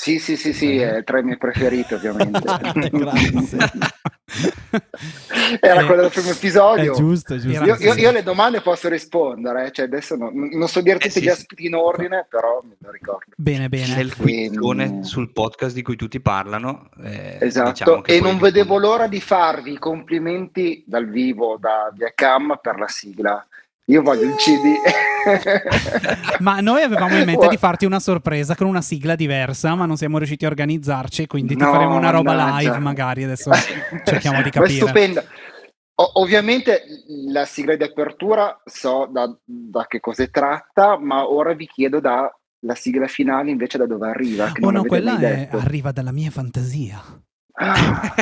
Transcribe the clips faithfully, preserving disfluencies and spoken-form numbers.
Sì, sì, sì, sì, è tra i miei preferiti ovviamente. Grazie. Era Eh, quello del primo episodio. È giusto, è giusto. Io, io, sì. io alle domande posso rispondere, eh, cioè adesso no- non so dire Eh, tutti sì, gli sì. ospiti in ordine, però me lo ricordo. Bene, bene. Nel quizzone Ehm, sul podcast di cui tutti parlano, eh, Esatto, diciamo che e puoi non vedevo rispondere. l'ora di farvi i complimenti dal vivo da via Cam per la sigla. Io voglio il C D. Ma noi avevamo in mente di farti una sorpresa con una sigla diversa, ma non siamo riusciti a organizzarci, quindi ti No, faremo una roba mannaggia. live magari, adesso cerchiamo di Ma è capire. stupenda. O- ovviamente la sigla di apertura so da, da che cosa tratta, ma ora vi chiedo da la sigla finale invece da dove arriva, che Oh non no, avete quella mai è- detto. arriva dalla mia fantasia. Ah,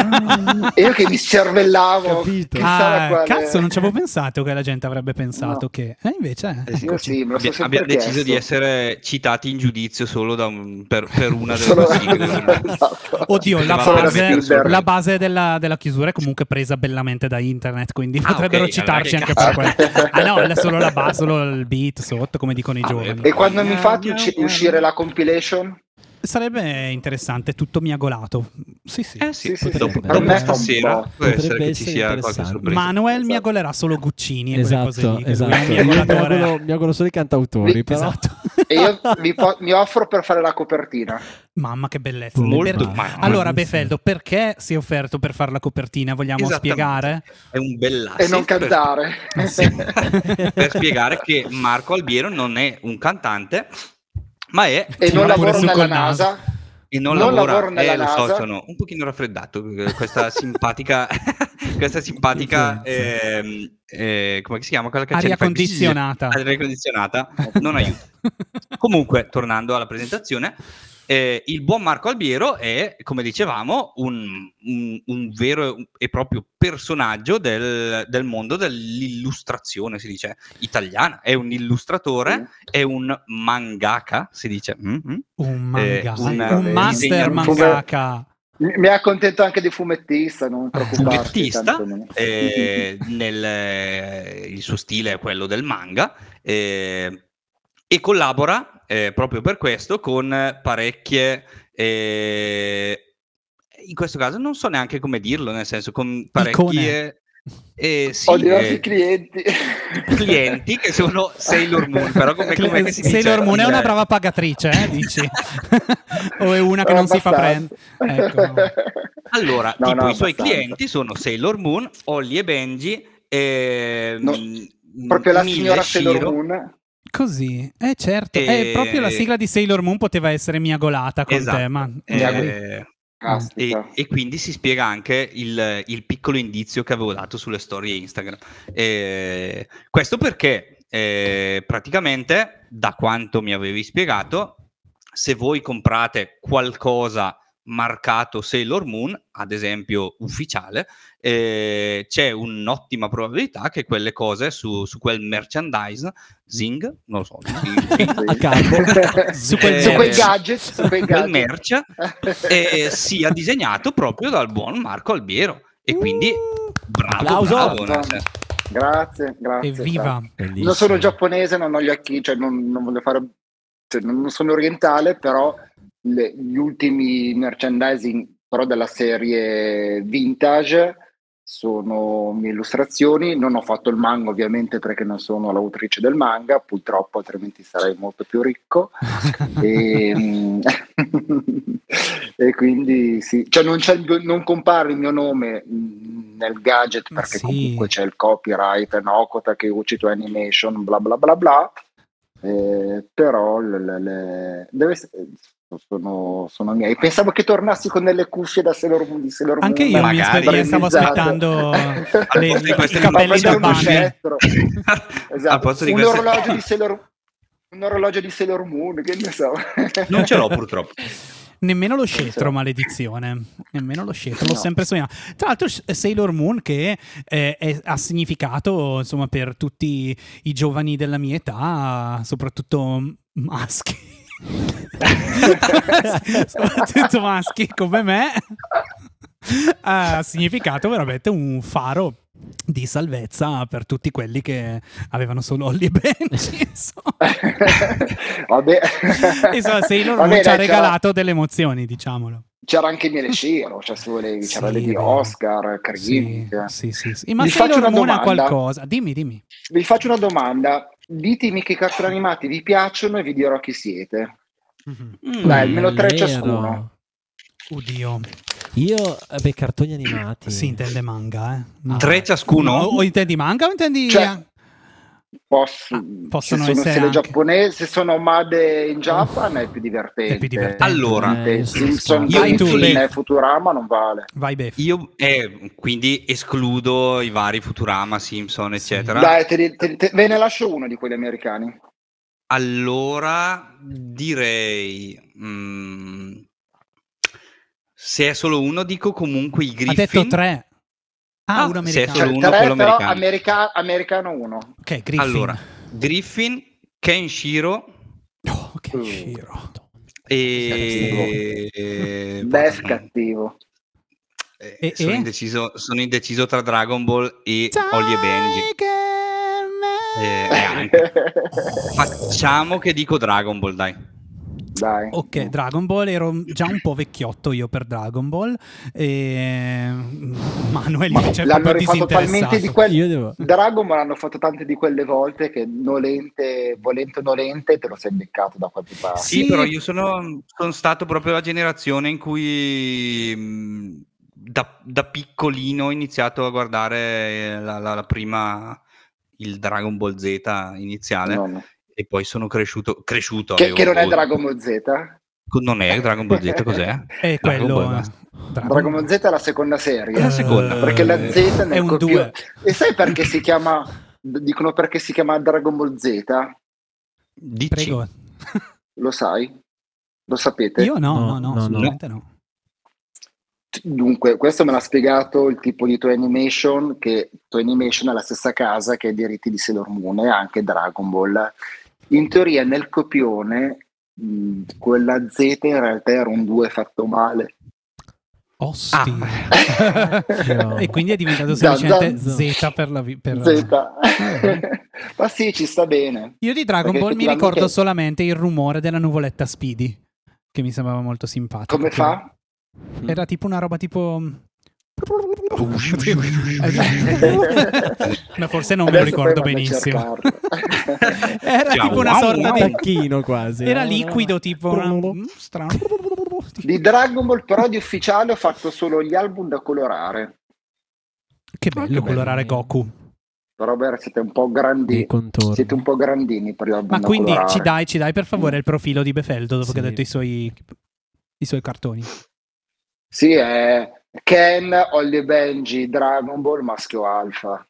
ah, e io che mi scervellavo, Capito. chissà da Ah, quale- cazzo, non ci avevo pensato che la gente avrebbe pensato No. che... E invece... Eh sì, Io eccoci. sì, me lo so Abbi- sempre abbiamo deciso chiesto. di essere citati in giudizio solo da un- per, per una delle Solo- due sigle. esatto. Oddio, la Poteva base, mettere solo la per- base della, della chiusura è comunque presa bellamente da internet, quindi Ah, potrebbero ok, citarci allora anche che per cazzo. quello. Ah no, è solo la base, solo il beat sotto, come dicono i Ah, giovani. beh, E quando mi Miau, fate miau, usci- miau. uscire la compilation? Sarebbe interessante, tutto miagolato. Sì, sì. Eh sì, Sì, sì, dopo, sì. dopo Per me fa un stasera po'. può essere Potrebbe che ci essere sia qualche interessante. sorpresa. Manuel Esatto. miagolerà solo Guccini e quelle cose Esatto, lì. che esatto. lui è un Io mi miagolatore. auguro, mi auguro solo i cantautori, Vi- però. Esatto. E io mi, po- mi offro per fare la copertina. Mamma che bellezza. Molto- Per- ma- Allora, bellissimo. Befeldo, perché si è offerto per fare la copertina? Vogliamo Esattamente. spiegare? È un bel E non asset per- cantare. Eh sì. per spiegare che Marco Albiero non è un cantante, ma è E Ti non va pure lavoro su nella col naso. NASA. e non, Non lavora. lavoro nella eh, lo so, NASA. sono un pochino raffreddato perché questa simpatica questa simpatica ehm, eh, come si chiama quella che Aria c'è, fa il condizionata. bzzz, aria condizionata non aiuta. Comunque, tornando alla presentazione, eh, il buon Marco Albiero è, come dicevamo, un, un, un vero e proprio personaggio del, del mondo dell'illustrazione, si dice, italiana. È un illustratore, è un mangaka, si dice. Mm-hmm. Un manga, Eh, un- un eh, master disegnatore. mangaka. Mi mi accontento anche di fumettista, non preoccuparti. Fumettista, tanto non- eh, nel, eh, il suo stile è quello del manga, eh, e collabora eh, proprio per questo con parecchie, eh, in questo caso non so neanche come dirlo, nel senso con parecchie eh, sì, Ho diversi eh, clienti. clienti che sono Sailor Moon, però come, com'è che si dice? Sailor Moon è Il- una brava pagatrice, eh, dici? O è una che non si fa prendere? Ecco. Allora, No, tipo no, i suoi abbastanza. clienti sono Sailor Moon, Holly e Benji, e No, proprio la Mille signora e Shiro. Sailor Moon. Così, eh certo, E- eh, proprio la sigla di Sailor Moon poteva essere miagolata con Esatto. te, ma Eh, Caspita. e, e quindi si spiega anche il, il piccolo indizio che avevo dato sulle storie Instagram. Eh, questo perché eh, praticamente, da quanto mi avevi spiegato, se voi comprate qualcosa marcato Sailor Moon, ad esempio ufficiale, eh, c'è un'ottima probabilità che quelle cose su, su quel merchandise Zing, non lo so, A capo. Su quel Su quei merch. gadget, su quei quel gadget. merch eh, sia disegnato proprio dal buon Marco Albiero, e quindi bravo, Applauso. bravo, nel senso. Grazie, grazie. Evviva. grazie. Non sono giapponese, non ho gli occhi, cioè non, non voglio fare, cioè non sono orientale, però le- gli ultimi merchandising però della serie vintage sono mie illustrazioni. Non ho fatto il manga ovviamente perché non sono l'autrice del manga, purtroppo, altrimenti sarei molto più ricco. e, mm, e quindi sì, cioè non, c'è il- non compare il mio nome mm, nel gadget Ma perché sì. comunque c'è il copyright Noko Takeuchi to Animation bla bla bla bla. Eh, però le, le- le- deve essere- sono, sono miei. Pensavo che tornassi con delle cuffie da Sailor Moon, di Sailor Moon. Anche io mi, Magari. aspe- mi stavo Brandizzato. aspettando Al le- posto di queste i capelli cuffie da un bagno. scettro. Al Esatto. posto di un, queste- orologio di Sailor, un orologio di Sailor Moon, che ne so. Non ce l'ho purtroppo. Nemmeno lo so. scettro, maledizione. Nemmeno lo scettro, l'ho No. sempre sognato. Tra l'altro, Sailor Moon, che eh, è- ha significato, insomma, per tutti i giovani della mia età, soprattutto maschi. soprattutto maschi come me, ha significato veramente un faro di salvezza per tutti quelli che avevano solo Holly e Benji. Vabbè. Insomma, Sailor Vabbè, Moon ci ha dai, regalato delle emozioni, diciamolo. C'era anche Miele Shiro, cioè se volevi, c'era Sì, Lady vero. Oscar, Sì, Karim. sì, sì, sì. Ma Vi faccio Sailor una Moon ha domanda. qualcosa. Dimmi, dimmi. Vi faccio una domanda. Ditemi che cartoni animati vi piacciono e vi dirò chi siete. Mhm. Mm. Dai, almeno tre Vero. ciascuno. Oddio. Io, eh, beh, cartoni animati. Si intende manga, eh? No. Tre ciascuno? No, o intendi manga o intendi... Cioè, Posso, Ah, possono se sono essere stile anche- giapponese, se sono made in Japan è più divertente. È più divertente. Allora, Eh, io sono Simpson, scarso. Vai tu, Dolphin Bev. e Futurama non vale. Vai, Bef. Io eh, quindi escludo i vari Futurama, Simpson, Sì. eccetera. Dai, te, te- te- ve ne lascio uno di quelli americani. Allora direi mm, se è solo uno dico comunque i Ha Griffin. detto tre. Ah, Ah, uno se è americano. solo Cioè, uno, tre, quello però americano. america- americano uno. Ok, Griffin. Allora, Griffin, Kenshiro Oh, che Mm. sciro. e e- Best poi- cattivo. eh, E- sono, e? indeciso, sono indeciso tra Dragon Ball e Holly e Benji. Eh, e anche. Facciamo che dico Dragon Ball, dai. Dai. Ok, Dragon Ball, ero già un po' vecchiotto io per Dragon Ball e Manuel Ma invece è l'hanno proprio rifatto talmente di disinteressato. quelle Io devo... Dragon Ball hanno fatto tante di quelle volte che nolente, volente o nolente te lo sei beccato da qualche parte. Sì, Sì. però io sono, sono stato proprio la generazione in cui mh, da, da piccolino ho iniziato a guardare la, la- la prima, il Dragon Ball Z iniziale, No, no. e poi sono cresciuto, cresciuto Che, avevo che non è boh, Dragon Ball Z? non è Dragon Ball Z, cos'è? È Dragon quello. Ball, eh, basta. Dragon Ball Z è la seconda serie. È la seconda. Perché la Z è nel un copio- due. E sai perché si chiama dicono perché si chiama Dragon Ball Z? Dici. Prego. Lo sai? Lo sapete? Io no, no, No, no, no, no. assolutamente no. Dunque, questo me l'ha spiegato il tipo di Toy Animation, che Toy Animation è la stessa casa che ha i diritti di Sailor Moon e anche Dragon Ball. In teoria nel copione mh, quella Z in realtà era un due fatto male. Osti. No. E quindi è diventato Zan, semplicemente zan. Z per la vi- per... Z. Ma sì, ci sta bene. Io di Dragon Perché Ball mi effettivamente- ricordo solamente il rumore della nuvoletta Speedy, che mi sembrava molto simpatico. Come Che fa? Era tipo una roba tipo... Ma forse non me lo Adesso ricordo poi vado a benissimo. cercarlo. Era Ciao, tipo una wow, sorta wow. di... tacchino quasi. Era no? liquido tipo... una- mm, strano. Di Dragon Ball però di ufficiale ho fatto solo gli album da colorare. Che Ma bello che colorare bello. Goku. Però beh, siete un po' grandi. Dei contorni. Siete un po' grandini per gli album Ma da quindi colorare. ci dai, ci dai per favore il profilo di Befeldo dopo Sì. che ha detto i suoi, i suoi cartoni. Sì, è Ken, Holly e Benji, Dragon Ball, maschio alfa.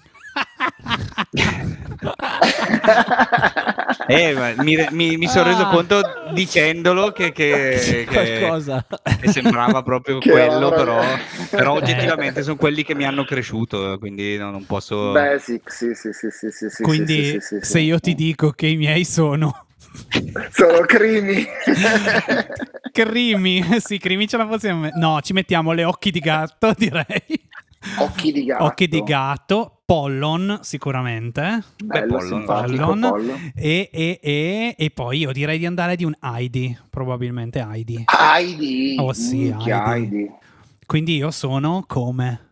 Eh, ma mi, mi- mi sono reso Ah. conto dicendolo che, che- che- Qualcosa. che sembrava proprio Che quello, ora- però, però Eh. oggettivamente sono quelli che mi hanno cresciuto, quindi no, non posso... Basic, sì, sì, sì, sì, sì, sì, Quindi sì, sì, sì, se sì. io ti dico che i miei sono Sono crimi. Crimi, sì, Crimi ce la possiamo mettere. No, ci mettiamo le occhi di gatto, direi. Occhi di gatto. Occhi di gatto, Pollon sicuramente. Bello, Pollon, simpatico, Pollon. Pollon. E, e, e, e poi io direi di andare di un Heidi, probabilmente Heidi. Heidi. Oh sì, minchia, Heidi. Heidi. Quindi io sono come?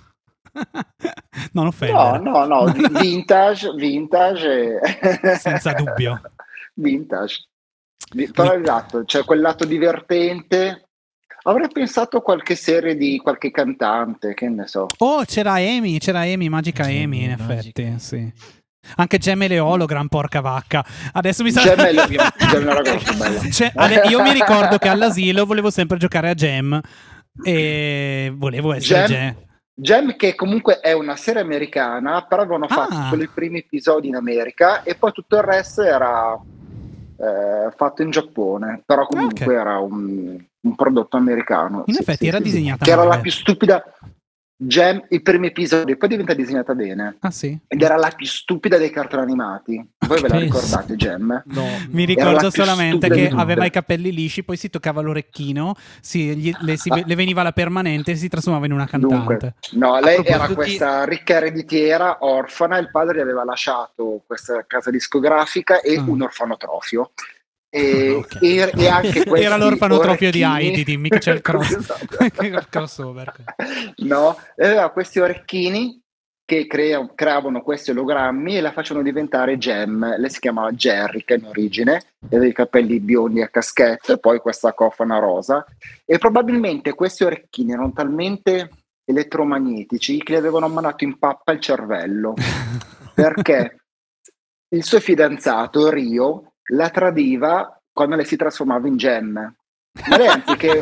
Non No, offendere. no, no, vi- vintage, vintage. e- Senza dubbio. Vintage. Vi- Però Mi- esatto, c'è quel lato divertente. Avrei pensato a qualche serie di qualche cantante, che ne so. Oh, c'era Amy, c'era Amy, Magica Amy, Amy, in Magica. effetti, sì. Anche Gem e le Hologram, porca vacca. Adesso mi sa... Gem è, Gem è una cosa bella. Cioè, ade- io mi ricordo che all'asilo volevo sempre giocare a Gem e volevo essere Gem- Gem. Gem che comunque è una serie americana, però avevano Ah. fatto solo i primi episodi in America e poi tutto il resto era eh, fatto in Giappone, però comunque Ok. era un, un prodotto americano. In Sì, effetti sì, era sì, sì. disegnata Che era male. la più stupida, Gem, i primi episodi, poi diventa disegnata bene. Ah sì? Ed era la più stupida dei cartoni animati. Voi ve la Penso. ricordate, Gem? No, Mi Era ricordo la più solamente stupida che di tutte. aveva i capelli lisci, poi si toccava l'orecchino, si- gli- le, si- Ah. le veniva la permanente e si trasformava in una Dunque, cantante. no, lei proposito era di- questa ricca ereditiera, orfana, il padre gli aveva lasciato questa casa discografica e Ah. un orfanotrofio. E, Ok. e- e anche questi Era l'orfanotrofio di orecchini- Heidi, dimmi che c'è il cross. Esatto. Il crossover. No, e aveva questi orecchini che crea- creavano questi ologrammi e la facevano diventare Gem. Lei si chiamava Jerrica in origine, aveva i capelli biondi a caschetto e poi questa cofana rosa. E probabilmente questi orecchini erano talmente elettromagnetici che le avevano mandato in pappa il cervello, perché il suo fidanzato Rio la tradiva quando lei si trasformava in Gem. Ma lei, anziché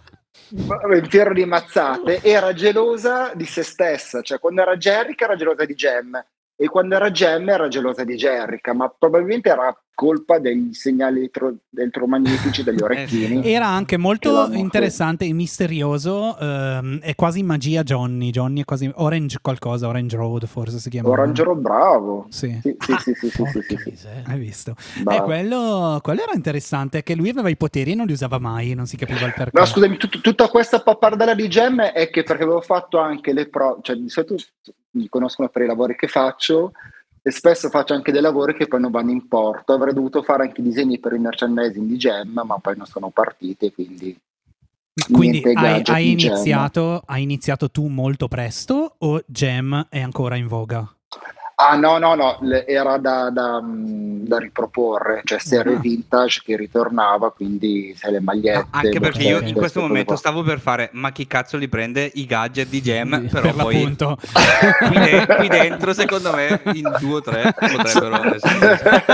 in fiero di mazzate, era gelosa di se stessa, cioè quando era Jerrica era gelosa di Gem e quando era Gem era gelosa di Jerrica, ma probabilmente era colpa dei segnali elettro- elettromagnetici degli orecchini. Era anche Che molto l'hanno interessante e misterioso, ehm, è quasi magia Johnny, Johnny è quasi Orange qualcosa, Orange Road forse si chiama. Orange Road, bravo. Sì. Sì, sì, sì, sì, sì, sì, porca sì, sì. miseria. Hai visto? Eh, Bravo. quello, quello era interessante, che lui aveva i poteri e non li usava mai, non si capiva il perché. No, scusami, tut- tutta questa pappardella di Gem è che perché avevo fatto anche le prove, cioè di solito mi conoscono per i lavori che faccio e spesso faccio anche dei lavori che poi non vanno in porto. Avrei dovuto fare anche i disegni per il merchandising di Gem, ma poi non sono partiti, quindi Ma quindi niente hai, gadget hai di Gem. iniziato, hai iniziato tu molto presto o Gem è ancora in voga? Ah no, no, no, le- era da, da, mm, da riproporre, cioè serie Ah. vintage che ritornava, quindi sai, le magliette. No, anche perché io ok, in queste questo cose momento qua. stavo per fare ma chi cazzo li prende i gadget di Gem, Sì, però Per poi l'appunto. qui, de- qui dentro secondo me in due o tre potrebbero essere.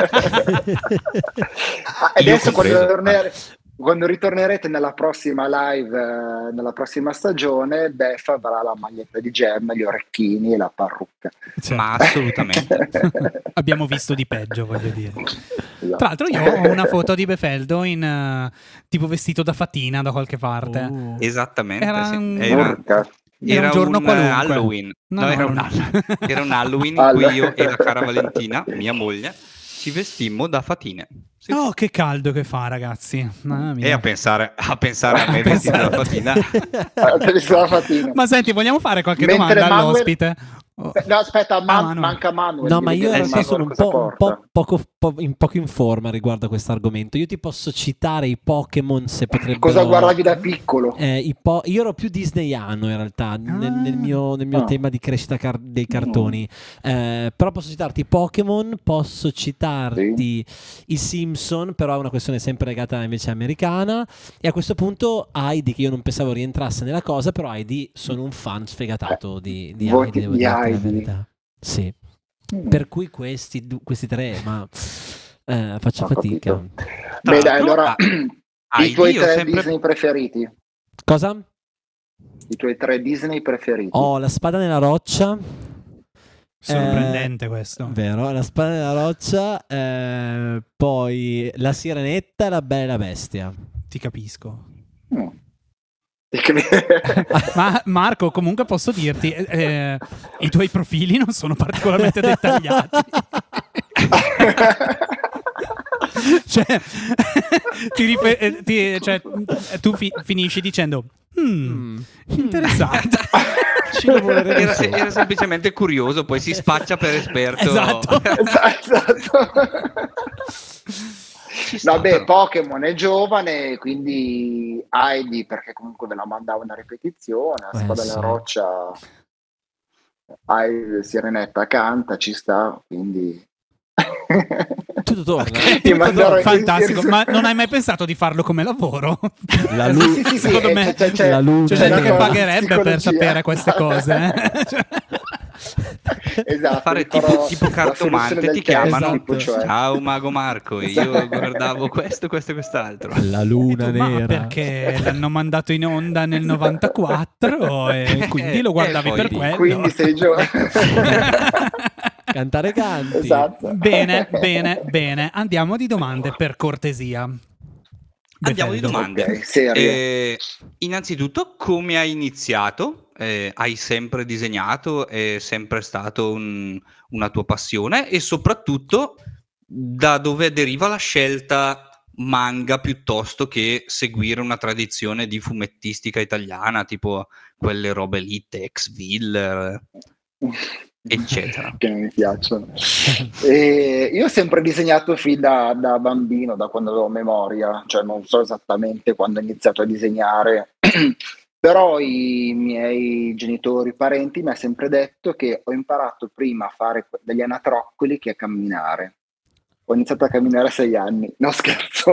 Ah, e Io adesso quando, compreso. tornere- quando ritornerete nella prossima live, eh, nella prossima stagione, Beffa avrà la maglietta di Gem, gli orecchini e la parrucca. Cioè, Ma assolutamente. abbiamo visto di peggio, voglio dire. Esatto. Tra l'altro io ho una foto di Befeldo in eh, tipo vestito da fatina da qualche parte. Uh. Esattamente, Era sì. un- Era, Porca. Era un era giorno un qualunque. Halloween. No, No, no, era, era un, un- Hall- era un Halloween in Allora. cui io e la cara Valentina, mia moglie, ci vestimmo da fatine. Sì. Oh, che caldo che fa, ragazzi. Mamma mia. E a pensare a, pensare a me A vestito da pensare. fatina. Ah, te li sto la fatina. Ma senti, vogliamo fare qualche Mentre domanda Manuel- all'ospite? Oh. No, aspetta, ma- Ah, Manuel. manca Manuel. No, devi ma io in vedere realtà sì. sono un cosa po', un porta. po' poco, po- in poco in forma riguardo a questo argomento. Io ti posso citare i Pokémon se potrebbero... Cosa guardavi da piccolo? Eh, i po- io ero più disneyano in realtà nel, nel mio, nel mio Ah. tema di crescita car- dei cartoni. Eh, però posso citarti i Pokémon, posso citarti i Simpson, però è una questione sempre legata invece americana. E a questo punto Heidi, che io non pensavo rientrasse nella cosa, però Heidi sono un fan sfegatato di, di Voi Heidi, devo di dirti la Heidi? verità. Sì. Mm. Per cui questi, du- questi tre, ma eh, faccio Ho fatica. capito. Tra Beh, dai, l'altro, allora a- i Heidi tuoi io tre sempre- Disney preferiti? Cosa? I tuoi tre Disney preferiti? Ho la spada nella roccia. Sorprendente Eh, questo. Vero, la spada nella roccia, eh, poi la sirenetta e la bella e la bestia. Ti capisco. Mm. E che mi- Ma Marco, comunque posso dirti, eh, eh, i tuoi profili non sono particolarmente dettagliati. Cioè, ti rife- eh, ti- cioè, eh, tu fi- finisci dicendo "Hmm, interessante". Ci lavoreremo Era, su. era semplicemente curioso, poi si spaccia per esperto. Esatto. Esatto. Ci sta, Vabbè, però. Pokémon è giovane, quindi Heidi, perché comunque ve la mandava una ripetizione, la Eh, spada sì. della roccia, Heidi, Sirenetta canta, ci sta, quindi... Tutto torna. Ti Tutto manderò do- i- fantastico, i- ma non hai mai pensato di farlo come lavoro? La Sì, lu- sì, sì, sì, Secondo eh, me c'è- c'è- c'è- la luna C'è C'è gente che una pagherebbe per psicologia. sapere queste cose. eh. Cioè- Esatto, Fare vi farò tipo, tipo la cartomante, soluzione del ti chiamano. test, tipo, cioè. Ciao Mago Marco, io guardavo questo, questo e quest'altro. la luna E tu, ma nera. perché l'hanno mandato in onda nel novantaquattro e quindi lo guardavi E poi per di- quello. Quindi sei giovane. Cantare canti. Esatto. Bene, bene, bene. Andiamo di domande per cortesia. Andiamo di Befeldo. domande. Ok, serio. Eh, innanzitutto, come hai iniziato eh, hai sempre disegnato, è sempre stato un- una tua passione, e soprattutto da dove deriva la scelta manga piuttosto che seguire una tradizione di fumettistica italiana, tipo quelle robe lì, Tex Willer, eccetera. Che non mi piacciono. E io ho sempre disegnato fin da, da bambino, da quando avevo memoria, cioè non so esattamente quando ho iniziato a disegnare, però i miei genitori, parenti mi hanno sempre detto che ho imparato prima a fare degli anatroccoli che a camminare. Ho iniziato a camminare a sei anni, no scherzo.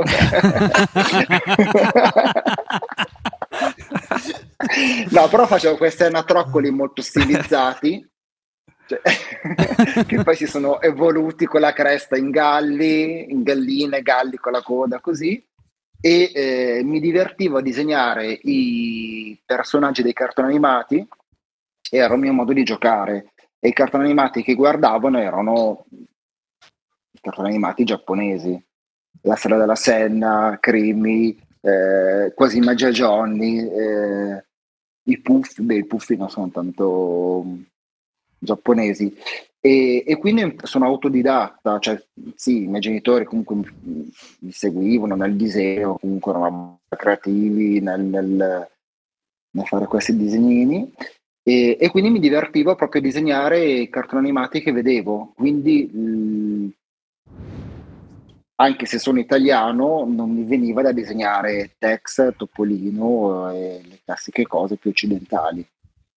No, però facevo questi anatroccoli molto stilizzati, cioè, che poi si sono evoluti con la cresta in galli, in galline, galli con la coda, così, e eh, mi divertivo a disegnare i personaggi dei cartoni animati, era il mio modo di giocare, e i cartoni animati che guardavano erano i cartoni animati giapponesi, La Strada della Senna, Crimi, eh, Quasi Magia Johnny, eh, i Puff, beh, i Puffi non sono tanto mm, giapponesi, e, e quindi sono autodidatta, cioè sì, i miei genitori comunque mi, mi seguivano nel disegno, comunque erano creativi nel, nel, nel fare questi disegnini, e, e quindi mi divertivo proprio a disegnare i cartoni animati che vedevo, quindi mh, anche se sono italiano non mi veniva da disegnare Tex, Topolino e le classiche cose più occidentali.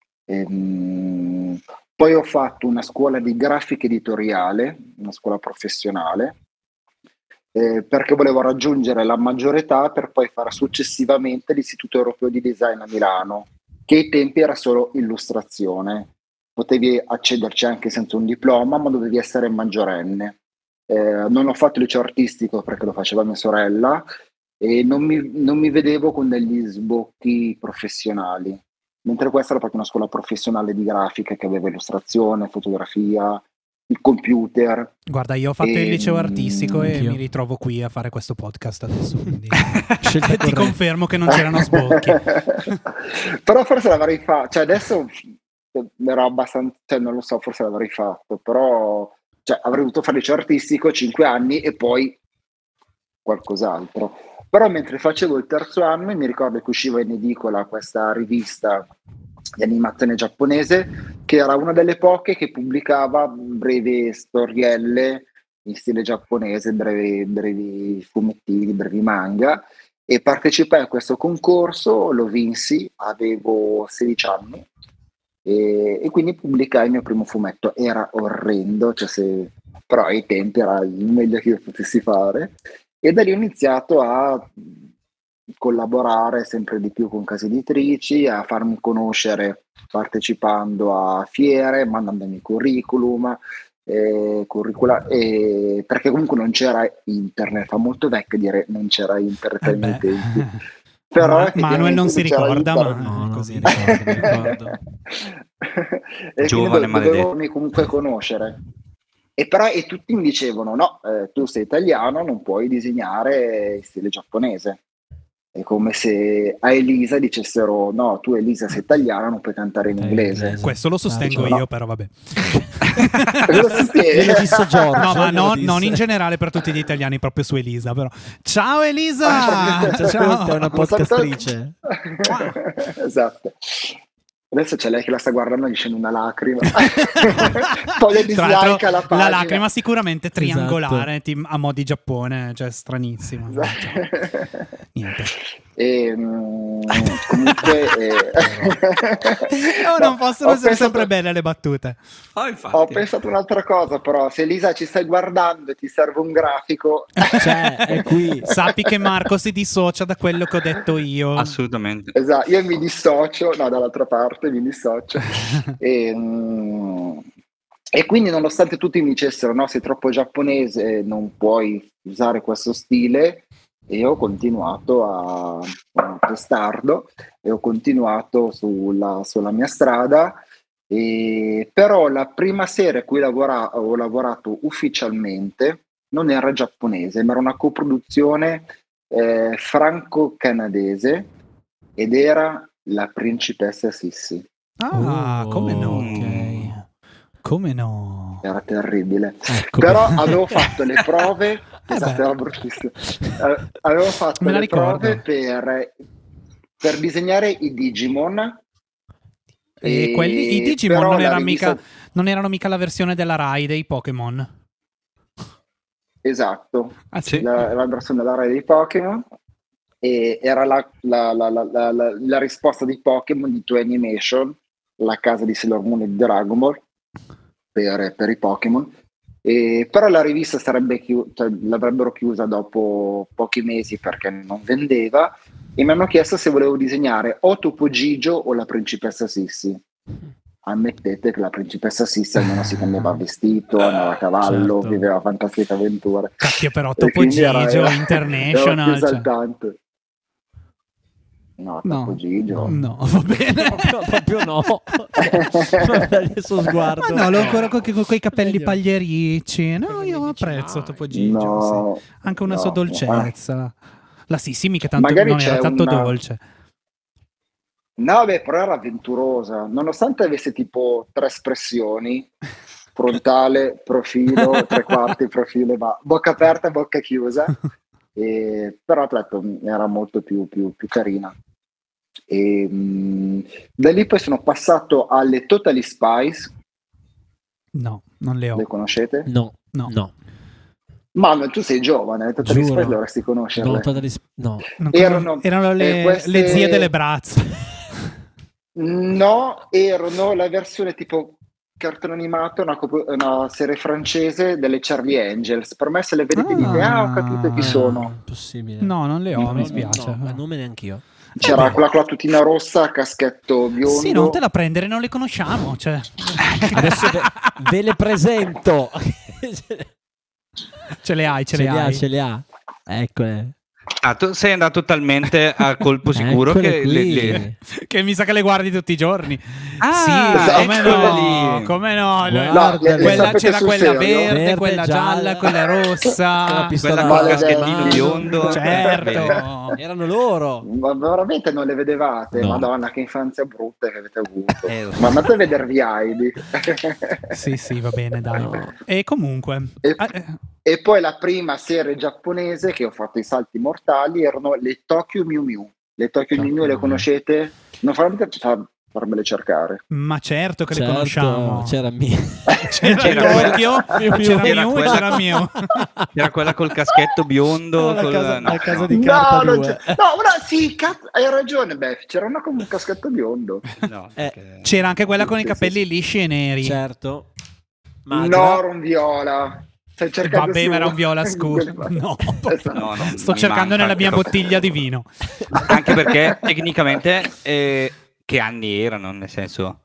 Ehm, poi ho fatto una scuola di grafica editoriale, una scuola professionale, eh, perché volevo raggiungere la maggiore età per poi fare successivamente l'Istituto Europeo di Design a Milano, che ai tempi era solo illustrazione. Potevi accederci anche senza un diploma, ma dovevi essere maggiorenne. Eh, non ho fatto il liceo artistico perché lo faceva mia sorella e non mi, non mi vedevo con degli sbocchi professionali, mentre questa era proprio una scuola professionale di grafica che aveva illustrazione, fotografia, il computer. Guarda, io ho fatto E, il liceo artistico e anch'io. mi ritrovo qui a fare questo podcast adesso, quindi Scelta ti corretta. confermo che non c'erano sbocchi. Però forse l'avrei fatto, cioè adesso ero abbastanza, cioè non lo so, forse l'avrei fatto, però cioè, avrei dovuto fare il liceo artistico cinque anni e poi qualcos'altro. Però mentre facevo il terzo anno mi ricordo che usciva in edicola questa rivista di animazione giapponese che era una delle poche che pubblicava brevi storielle in stile giapponese, brevi, brevi fumettini, brevi manga, e partecipai a questo concorso, lo vinsi, avevo sedici anni e, e quindi pubblicai il mio primo fumetto. Era orrendo, cioè se, però ai tempi era il meglio che io potessi fare, e da lì ho iniziato a collaborare sempre di più con case editrici, a farmi conoscere partecipando a fiere, mandandomi curriculum, eh, curricula, eh, perché comunque non c'era internet, fa molto vecchio dire non c'era internet Eh ai miei beh. tempi. Però Ma- Manuel non si effettivamente ricorda, c'era ma internet. No, è no, così. mi ricordo, mi ricordo. E quindi Giovane do- dovevo maledetto. farmi comunque conoscere. E però e tutti mi dicevano: no, eh, tu sei italiano, non puoi disegnare in stile giapponese. È come se a Elisa dicessero: no, tu Elisa sei italiana, non puoi cantare in Eh, inglese. inglese. Questo lo sostengo Ah, no. io, però vabbè. Lo sostieni? Glielo disse Giorgio. No, ma glielo no- disse. non in generale per tutti gli italiani, proprio su Elisa. Però. Ciao Elisa! Ah, ci ascolta, è una Lo sapevo- podcastrice. Esatto. Adesso c'è lei che la sta guardando e gli scende una lacrima. Toglie Tra l'altro, dislike alla la pagina. lacrima sicuramente triangolare, Esatto. ti- a mo' di Giappone, cioè stranissima. Cioè, niente. E, mm, comunque eh, Oh, non no, possono ho essere pensato- sempre belle le battute. Ah, infatti. Ho pensato un'altra cosa, però se Elisa ci stai guardando e ti serve un grafico, Cioè, è qui. Sappi che Marco si dissocia da quello che ho detto io. Assolutamente. esatto, io mi dissocio, no, dall'altra parte mi dissocio. E, mm, e quindi nonostante tutti mi dicessero no, sei troppo giapponese, non puoi usare questo stile, e ho continuato a sono testardo e ho continuato sulla, sulla mia strada. E, però la prima serie a cui lavora- ho lavorato ufficialmente non era giapponese, ma era una coproduzione eh, franco-canadese ed era La principessa Sissi. Ah, Oh, come no? ok. Come no? Era terribile. Ecco. Però avevo fatto le prove, Eh esatto, beh. era bruttissimo. Eh, avevo fatto Me la le ricordo. prove per, per disegnare i Digimon. E quelli, i Digimon però non, la era rivista- mica, non erano mica la versione della Rai dei Pokémon. Esatto, Ah, sì. la, la versione della Rai dei Pokémon, e era la, la- la- la- la- la- la risposta di Pokémon di Toei Animation, la casa di Sailor Moon e di Dragon Ball per, per i Pokémon. E, però la rivista sarebbe chiu- cioè, l'avrebbero chiusa dopo pochi mesi perché non vendeva, e mi hanno chiesto se volevo disegnare o Topo Gigio o la principessa Sissi. Ammettete che la principessa Sissi almeno si cambiava vestito, andava a cavallo, certo. viveva fantastiche avventure. Cacchio, però E Topo quindi era- Gigio era- International, era più cioè. esaltante. No, No, Topo Gigio. no, va bene. proprio, proprio no. Guarda adesso sguardo. Ma no, lo ancora con, con quei capelli Meglio. pagliericci. No, Capelli io apprezzo avvicinati. Topo Gigio. No, sì. Anche una no, sua no. dolcezza. La Sissi mica tanto, Magari non era c'è tanto una- dolce. No, beh, però era avventurosa, nonostante avesse tipo tre espressioni: frontale, profilo, tre quarti, profilo, ma bocca aperta, bocca chiusa. E, però tra l'altro era molto più, più, più carina. E, mh, da lì poi sono passato alle Totally Spies, No, non le ho. le conoscete? No, No. no. Manuel, tu sei giovane, le Totally Giuro. Spies dovresti conoscerle. No, totally sp- no. Non Erano- conos- erano le, eh, queste- le zie delle brazze. No, erano la versione tipo cartone animato, una, cop- una serie francese delle Charlie Angels. Per me se le vedete dite, ah, ho capito chi Ah. sono. Possibile. No, non le ho, No, mi no, spiace. No, a nome neanch'io. C'era Vabbè. quella con la tutina rossa, caschetto biondo. Sì, non te la prendere, non le conosciamo. Cioè. Adesso ve, ve le presento. Ce le hai, ce, ce le le ha, hai. ce le ha. Eccole. Ah, tu sei andato talmente a colpo sicuro Eccole che qui. le, le- Che mi sa che le guardi tutti i giorni. Ah, sì, come eccole no, lì. come no. Guarda, No, le- le Quella, sapete c'era sul quella serio? verde, Verde, quella gialla, gialla, quella con la rossa. pistola quella col Maledetti. caschettino biondo. Certo. Erano loro. Ma veramente non le vedevate? No. Madonna, che infanzia brutta che avete avuto. Eh, lo so. Ma andate a vedervi Heidi. Sì, sì, va bene, dai. No. E comunque... E, ah, eh, e poi la prima serie giapponese che ho fatto i salti mortali erano le Tokyo Mew Mew. Le Tokyo Mew Mew le conoscete? Non farmele, far, farmele cercare. ma certo che le Certo, conosciamo. c'era mia. C'era, C'era Tokyo, quella- c'era C'era Mew e quella- c'era Mew. Era quella col caschetto biondo. Alla col- casa- no, alla casa no. di No, carta non due. c'è- no, una, sì, cazzo, hai ragione, Beh, c'era una con un caschetto biondo. No, Eh, perché- C'era anche quella con i Sì, capelli sì, lisci e neri. Certo. No, Magra. era un viola. Stai cercando Vabbè, su- ma era un viola scuro. No, Esatto. No, no, sto mi cercando manca nella mia però- bottiglia di vino. Anche perché tecnicamente eh, che anni erano, nel senso...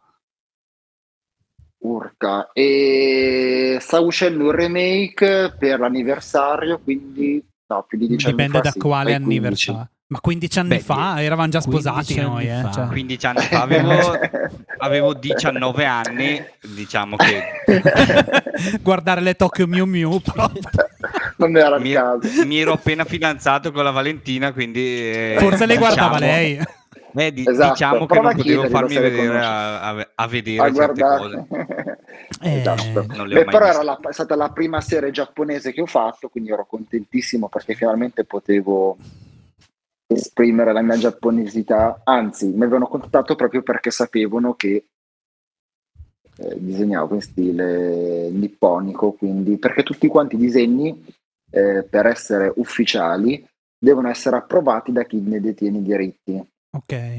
Urca. E sta uscendo un remake per l'anniversario, quindi no, più di dieci anni Dipende fa, da sì, quale fai quindici. anniversario. Ma quindici anni Beh, fa eravamo già sposati quindici noi, anni eh. fa. cioè. quindici anni fa avevo, avevo diciannove anni, diciamo che Guardare le Tokyo Mew Mew proprio. Non era il mi, caso. mi ero appena fidanzato con la Valentina, quindi eh, Forse le guardava diciamo- lei. eh, di- Esatto, diciamo che prova non a potevo chiederglielo farmi se le vedere conosce. a, a- a vedere A certe guardare. cose. Eh, Esatto. non le ho Beh, mai però viste. era la- è stata la prima serie giapponese che ho fatto, quindi ero contentissimo perché finalmente potevo esprimere la mia giapponesità. Anzi, mi avevano contattato proprio perché sapevano che eh, disegnavo in stile nipponico, quindi perché tutti quanti i disegni eh, per essere ufficiali devono essere approvati da chi ne detiene i diritti. ok.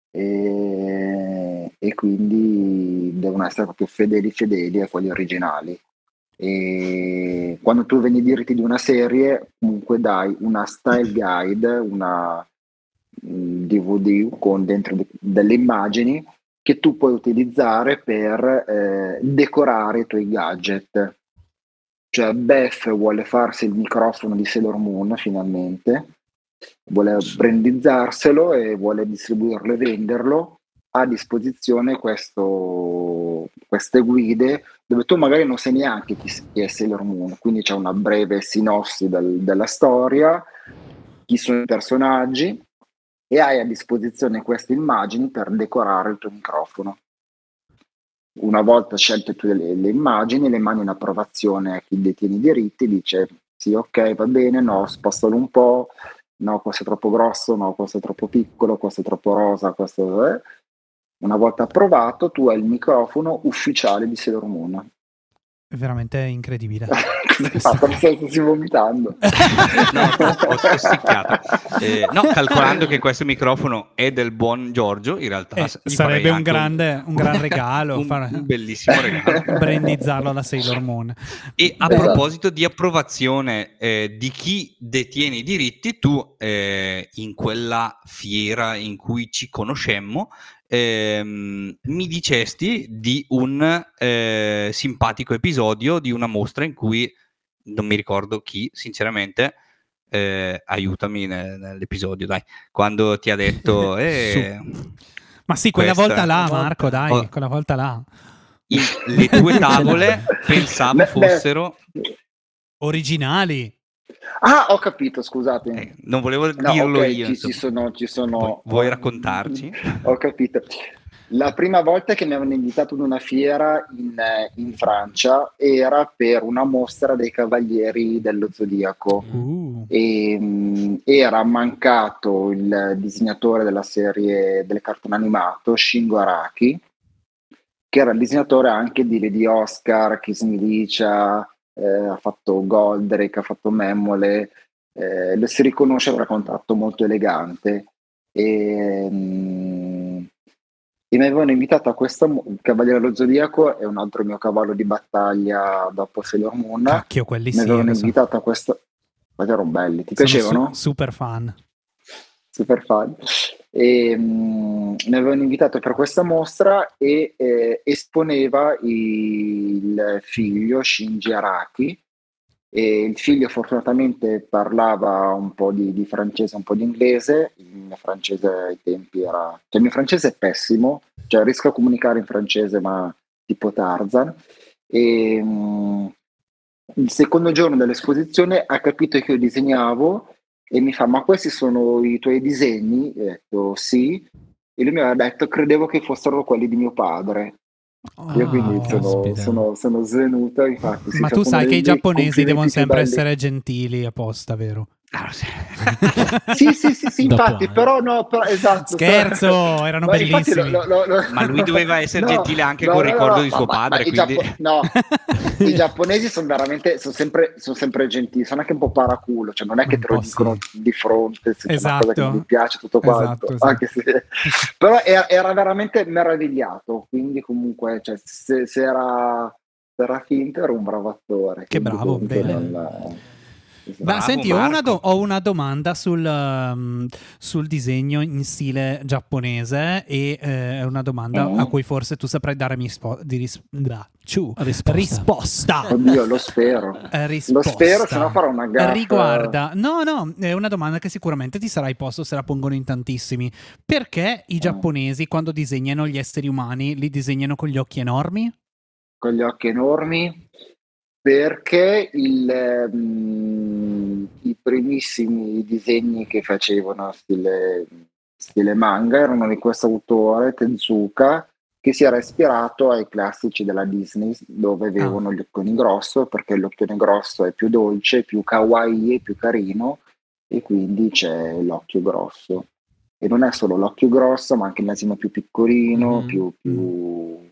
E, e quindi devono essere proprio fedeli fedeli a quelli originali. E quando tu vendi i diritti di una serie comunque dai una style guide, una mm, D V D con dentro de- delle immagini che tu puoi utilizzare per eh, decorare i tuoi gadget. Cioè Beth vuole farsi il microfono di Sailor Moon finalmente, vuole brandizzarselo e vuole distribuirlo e venderlo. Ha a disposizione questo, queste guide dove tu magari non sai neanche chi, chi è Sailor Moon, quindi c'è una breve sinossi del- della storia, chi sono i personaggi, e hai a disposizione queste immagini per decorare il tuo microfono. una volta scelte tutte le, le immagini, le mani in approvazione a chi detiene i diritti, dice sì, ok, va bene, no, spostalo un po', no, questo è troppo grosso, no, questo è troppo piccolo, questo è troppo rosa, questo è... Una volta approvato, tu hai il microfono ufficiale di Sailor Moon. È veramente incredibile. Cosa hai fatto? Mi stai stai vomitando. No, ho tossicchiato. Eh, no, calcolando che questo microfono è del buon Giorgio, in realtà Eh, gli farei sarebbe un anche grande, un gran regalo, un, fare- un bellissimo regalo. brandizzarlo alla Sailor Moon. E a Beh, Esatto. proposito di approvazione eh, di chi detiene i diritti, tu eh, in quella fiera in cui ci conoscemmo ehm, mi dicesti di un eh, simpatico episodio di una mostra in cui non mi ricordo chi, sinceramente, eh, aiutami ne- nell'episodio, dai, quando ti ha detto eh, ma sì, quella questa- volta là, Una volta- Marco, dai, Oh. quella volta là. in- le tue Ce l'hai. tavole pensavo Beh, beh. fossero Originali. Ah, ho capito, scusate. eh, non volevo No, dirlo ok, io, ci, ci insomma. sono, ci sono... Vuoi- vuoi ho- raccontarci? Ho capito. La prima volta che mi avevano invitato ad una fiera in, eh, in Francia era per una mostra dei Cavalieri dello Zodiaco. Uh. E, mh, era mancato il disegnatore della serie del cartone animato, Shingo Araki, che era il disegnatore anche di Lady Oscar, Kiss Me Licia, eh, ha fatto Goldrake, ha fatto Memole, eh, lo si riconosce per un contratto molto elegante. E, mh, e mi avevano invitato a questa mo- il Cavaliere dello Zodiaco è un altro mio cavallo di battaglia dopo Sailor Moon. Cacchio, quelli Mi sì. avevano che so- invitato a questo, quelli erano belli, ti sono piacevano? su- super fan. Super fan. E, mh, mi avevano invitato per questa mostra e eh, esponeva il figlio Shinji Araki. E il figlio fortunatamente parlava un po' di, di francese, un po' di inglese. Il mio francese ai tempi era... Cioè il mio francese è pessimo, cioè riesco a comunicare in francese ma tipo Tarzan. E, mh, il secondo giorno dell'esposizione ha capito che io disegnavo e mi fa: ma questi sono i tuoi disegni? E ho detto sì. E lui mi aveva detto: credevo che fossero quelli di mio padre. Io quindi Oh, sono, caspita. sono, sono svenuto, infatti. sì, Ma sono tu uno sai che dei- i dei giapponesi devono complimenti più sempre belli. essere gentili apposta, vero? Ah, sì. Sì, sì, sì, sì, Dopo infatti, anni. però no, però, esatto. Scherzo, erano Ma infatti lo- bellissimi. lo- lo- lo- Ma lui doveva essere no, gentile anche no, col no, no, ricordo no, di ma- suo ma- ma padre, i quindi... giappo- no, i giapponesi sono veramente, sono sempre, sono sempre gentili, sono anche un po' paraculo, cioè non è che Un te lo po' dicono sì. di fronte se c'è una cosa che non Esatto. gli piace, tutto quanto, Esatto, sì. anche se... però era, era veramente meravigliato, quindi comunque, cioè, se, se era, se era finto era un bravo attore. Che quindi bravo, comunque bene. non- esatto. Ma Bravo, senti, ho una, Marco. do- ho una domanda sul, um, sul disegno in stile giapponese e eh, è una domanda Mm. a cui forse tu saprai darmi spo- di ris- da- ciu, Risposta. risposta. Oddio, lo spero. Eh, Lo risposta. spero, se no farò una gaffa. Riguarda, no, no, è una domanda che sicuramente ti sarai posto se la pongono in tantissimi. Perché i giapponesi quando disegnano gli esseri umani li disegnano con gli occhi enormi? Con gli occhi enormi, perché il, mm, i primissimi disegni che facevano stile, stile manga erano di questo autore, Tezuka, che si era ispirato ai classici della Disney dove avevano gli occhioni grosso, perché l'occhione grosso è più dolce, più kawaii, più carino, e quindi c'è l'occhio grosso. E non è solo l'occhio grosso, ma anche il nasino più piccolino, Mhm. più... più...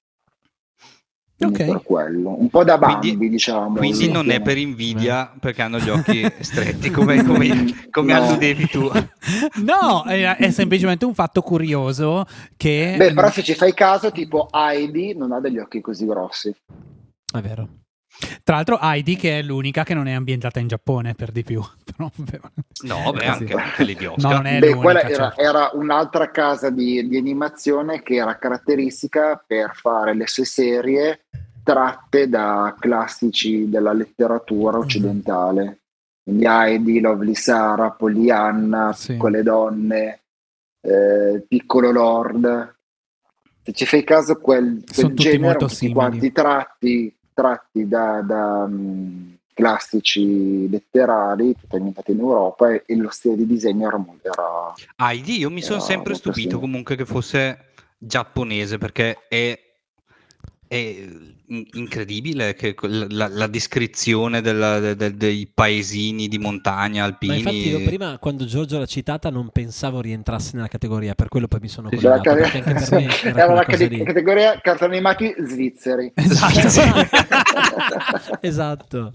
Ok. per quello. Un po' da Bambi, Quindi, diciamo. quindi non è l'occhione. per invidia perché hanno gli occhi stretti, come, come- come No. alludevi tu. No, è, è semplicemente un fatto curioso che... Beh, però se ci fai caso, tipo Heidi non ha degli occhi così grossi. È vero. Tra l'altro Heidi che è l'unica che non è ambientata in Giappone per di più. Però, No, beh, così. anche, anche Lady No, Oscar. non è Beh, l'unica, quella era, certo. era un'altra casa di, di animazione che era caratteristica per fare le sue serie tratte da classici della letteratura occidentale. Quindi Heidi, Lovely Sarah, Pollyanna, Sì. Piccole donne, eh, Piccolo Lord. Se ci fai caso, quel, quel Sono tutti genere molto erano tutti simili. quanti tratti, tratti da, da mh, classici letterari, tutti ambientati in Europa, e, e lo stile di disegno era, mo- era Heidi, io mi sono era sempre molto stupito simile. comunque che fosse giapponese perché è è incredibile che la, la descrizione della, de, de, dei paesini di montagna alpini. Ma infatti io prima, quando Giorgio l'ha citata, non pensavo rientrasse nella categoria, per quello poi mi sono Sì, collegato, la perché anche per me era, era quella la cosa cate- lì. categoria cartoni animati svizzeri. Esatto. Esatto.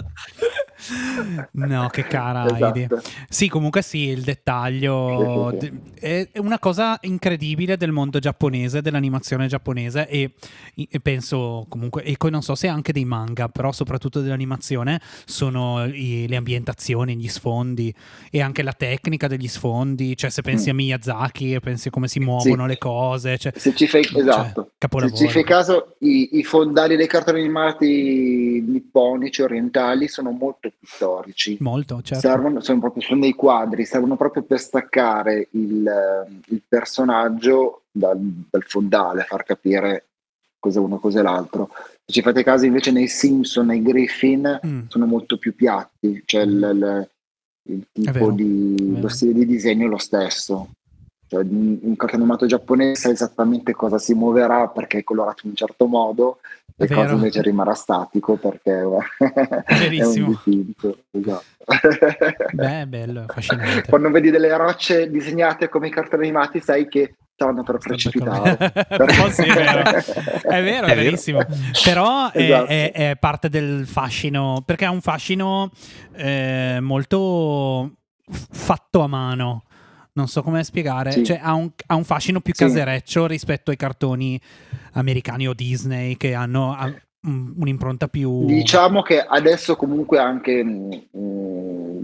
No, che cara Esatto. Heidi. Sì, comunque sì, il dettaglio Sì, sì, d- è è una cosa incredibile del mondo giapponese, dell'animazione giapponese e, e penso comunque, e poi non so se anche dei manga, però soprattutto dell'animazione, sono i- le ambientazioni, gli sfondi e anche la tecnica degli sfondi, cioè se pensi Mm. a Miyazaki e pensi a come si muovono Sì. le cose, cioè, Se ci fai, cioè, esatto, se capolavoro. ci fai caso, i, i fondali dei cartoni animati nipponici orientali sono molto pittorici. Molto, certo. Servono, sono proprio sono dei quadri, servono proprio per staccare il, il personaggio dal, dal fondale, far capire cos'è uno, cos'è l'altro. Se ci fate caso, invece, nei Simpson, nei Griffin Mm. sono molto più piatti, cioè il, il- il tipo vero, di è vero. lo stile di disegno è lo stesso. Cioè, un un cartone animato giapponese sa esattamente cosa si muoverà perché è colorato in un certo modo È e cosa vero. invece rimarrà statico perché è un Verissimo. dipinto. Esatto. Beh, è bello, è affascinante. Quando vedi delle rocce disegnate come i cartoni animati sai che stanno per precipitare. Però sì, è vero, è vero, è È vero. verissimo. Però è, Esatto. è- è parte del fascino, perché ha un fascino eh, molto f- fatto a mano. Non so come spiegare, Sì. cioè ha un, ha un fascino più Sì. casereccio rispetto ai cartoni americani o Disney che hanno ha- un- un'impronta più... Diciamo che adesso comunque anche mh, mh,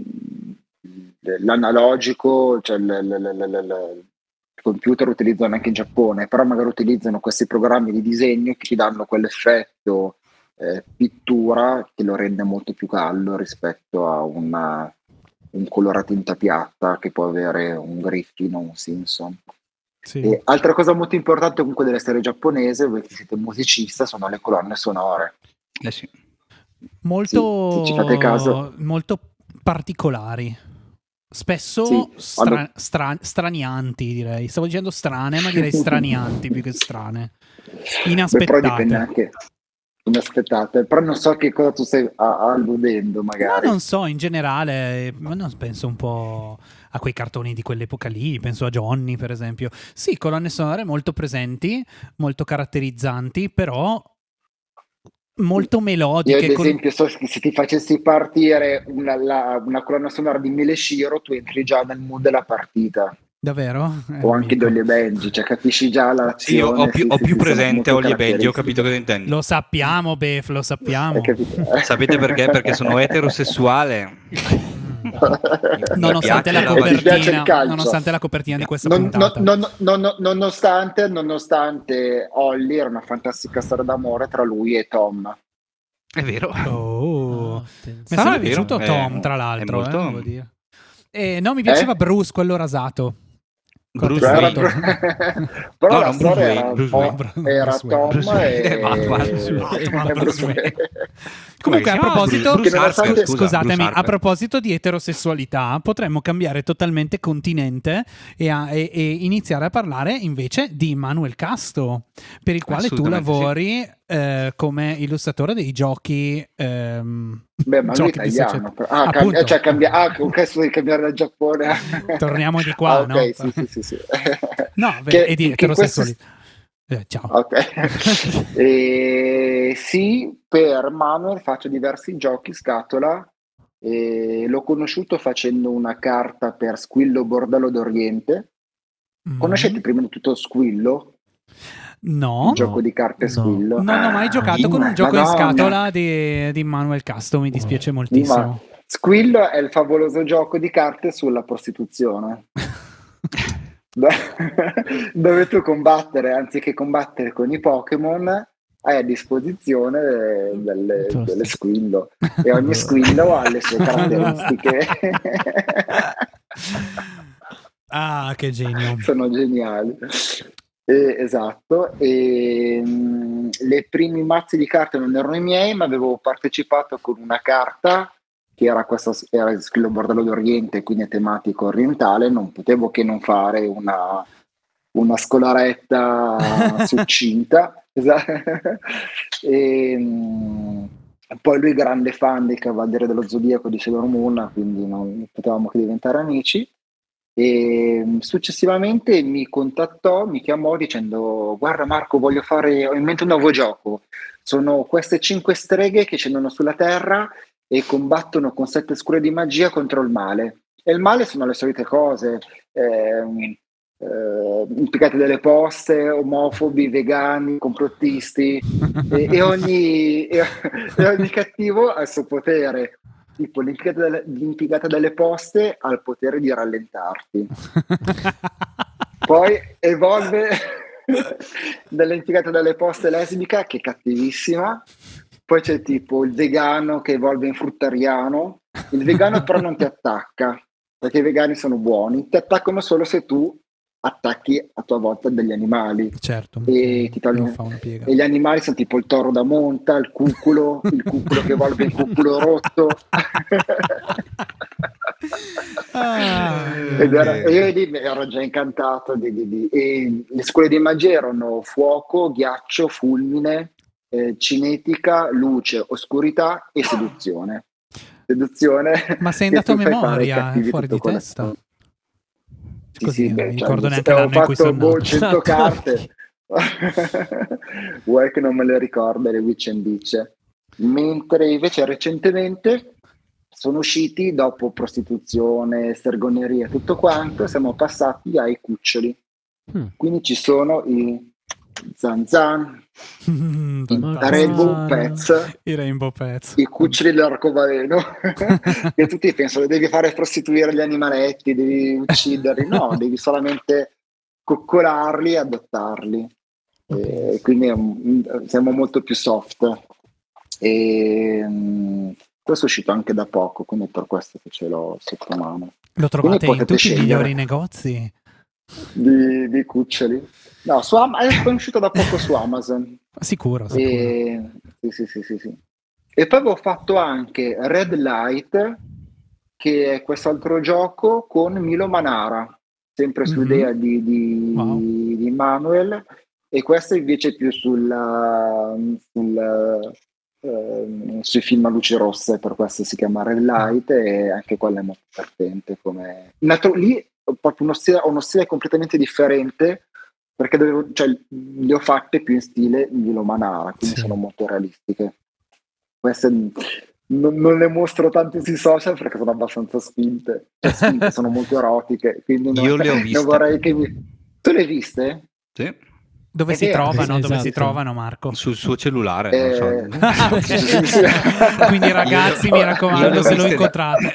l'analogico, cioè l- l- l- l- l- il computer utilizzano anche in Giappone, però magari utilizzano questi programmi di disegno che ti danno quell'effetto eh, pittura che lo rende molto più caldo rispetto a una, un colore a tinta piatta che può avere un Griffin o un Simpson. Sì. E altra cosa molto importante comunque delle serie giapponese, voi che siete musicista, sono le colonne sonore. Eh sì. molto, Sì, se ci fate caso. molto particolari. Spesso Sì, stra- allora- stra- stranianti, direi. Stavo dicendo strane, ma direi stranianti più che strane. Beh, Inaspettate. però dipende anche inaspettate, però non so che cosa tu stai a- alludendo Ma magari. non so, in generale, ma non penso un po' a quei cartoni di quell'epoca lì, penso a Johnny, per esempio. Sì, colonne sonore molto presenti, molto caratterizzanti, però molto Io melodiche. ad con- esempio so che se ti facessi partire una, la- una colonna sonora di Mileshiro tu entri già nel mood della partita, Davvero? Eh, o anche di amico. Ollie Benji, cioè capisci già l'azione. Io ho più, sì, ho sì, più sì, sono presente molto Ollie e Benji, ho capito caratteristiche. cosa intendi. Lo sappiamo, Bef, lo sappiamo. Hai capito? Sapete perché? Perché sono eterosessuale. Nonostante Mi la, piace la- Mi piace il copertina, calcio. nonostante la copertina di questa Non- puntata. non- non- non- nonostante, nonostante Ollie era una fantastica storia d'amore tra lui e Tom. È vero. Oh. Ah, Mi attenzione. è sempre Ah, è vero, piaciuto è- Tom, tra è l'altro. molto- eh, devo dire. Eh, no, mi piaceva Eh? Bruce, quello rasato. Con Bruce la Cioè, testa Wayne. rotta. però No, la no, Bruce storia Wayne, era, Bruce oh, Wayne, Bruce era Wayne. Tom Bruce Wayne e, e Batman. e Batman, Bruce Bruce Wayne. Comunque, a Come si chiama? proposito, Bruce Che nonostante- Harper, scusa, scusatemi, Bruce a Harper. proposito di eterosessualità, potremmo cambiare totalmente continente e, a- e- e iniziare a parlare invece di Manuel Casto, per il quale tu Assolutamente sì. lavori eh, come illustratore dei giochi. ehm, Beh, ma lui è giochi di italiano. società. però- Ah, cambia, Appunto. cioè cambia, ah, ok, su di cambiare dal Giappone. Torniamo di qua, Ah, ok, no? sì, sì, sì, sì. No, beh, Che- e di che questo- eterosessualità. Eh, ciao. Ok. E sì, per Manuel faccio diversi giochi scatola. E l'ho conosciuto facendo una carta per Squillo Bordello d'Oriente. Mm. Conoscete prima di tutto Squillo? No. Il gioco di carte No. Squillo? Non ho mai Ah, giocato con un ma- gioco in Madonna. scatola di, di Manuel Casto, mi dispiace moltissimo. Ma Squillo è il favoloso gioco di carte sulla prostituzione. Dove tu combattere, anziché combattere con i Pokémon, hai a disposizione delle, delle Squillo e ogni Squillo ha le sue caratteristiche. Ah, che genio. Sono geniali. Eh, esatto, e mh, le primi mazzi di carte non erano i miei, ma avevo partecipato con una carta che era questa, era il Squillo Bordello d'Oriente, quindi è tematico orientale. Non potevo che non fare una, una scolaretta succinta, Esatto. E, mh, poi lui grande fan dei Cavalieri dello Zodiaco di Sailor Moon, quindi non potevamo che diventare amici. E mh, successivamente mi contattò, mi chiamò dicendo: guarda Marco, voglio fare, ho in mente un nuovo gioco. Sono queste cinque streghe che scendono sulla Terra e combattono con sette scure di magia contro il male. E il male sono le solite cose, ehm, eh, impiegati delle poste, omofobi, vegani, complottisti, e, e ogni, e, e ogni cattivo ha il suo potere. Tipo l'impiegata delle, l'impiegata delle poste ha il potere di rallentarti. Poi evolve dall'impiegata delle poste lesbica, che è cattivissima. Poi c'è tipo il vegano che evolve in fruttariano. Il vegano però non ti attacca, perché i vegani sono buoni, ti attaccano solo se tu attacchi a tua volta degli animali. Certo, E, ti togli... non fa una piega. e gli animali sono tipo il toro da monta, il cuculo, il cuculo che evolve in cuculo rotto. Ah, Ed era, e io lì mi ero già incantato di, di, di. E le scuole di magia erano fuoco, ghiaccio, fulmine, eh, cinetica, luce, oscurità e seduzione. Seduzione. Ma sei che andato a tu fai fare ai memoria, cattivi fuori tutto di quello. testa? Sì, Così, sì, non beh, mi cioè, ricordo neanche ho l'anno in cui fatto sono boh, nato. cento carte. Vuoi che non me le ricorda le Witch and Witch? Mentre invece recentemente sono usciti, dopo prostituzione, stregoneria e tutto quanto, siamo passati ai cuccioli. Mm. Quindi ci sono i Zan Zan, i Fantastico. Rainbow Pets, I Rainbow Pets. i cuccioli dell'arcobaleno, che tutti pensano devi fare prostituire gli animaletti, devi ucciderli. No, devi solamente coccolarli e adottarli. E quindi è un- siamo molto più soft. E, mh, questo è uscito anche da poco, quindi per questo che ce l'ho sotto mano. Lo Quindi trovate in potete tutti i scegliere migliori negozi? di, di cuccioli. No, su Am- è appena uscito da poco su Amazon. Sicuro, sicuro. E, sì, sì, sì, sì, sì. E poi avevo fatto anche Red Light, che è quest'altro gioco con Milo Manara, sempre Mhm. sull'idea di, di, Wow. di Manuel, e questo invece più sulla, sul, ehm, sui film a luci rosse, per questo si chiama Red Light, e anche quello è molto divertente. Come... Nato, lì ho proprio uno stile, ho uno stile completamente differente, perché dovevo, cioè, le ho fatte più in stile Milo Manara, quindi Sì. sono molto realistiche. Queste non, non le mostro tanto sui social perché sono abbastanza spinte, cioè spinte, sono molto erotiche, quindi non, Io le ho non viste. vorrei che mi... Tu le hai viste? Sì. Dove È si vero, trovano? sì, Dove si esatto. trovano, Marco? Sul suo cellulare, non Eh, so. Ah, ok. sì, sì. Quindi ragazzi, Io- mi io raccomando, le ho se lo viste da- incontrate.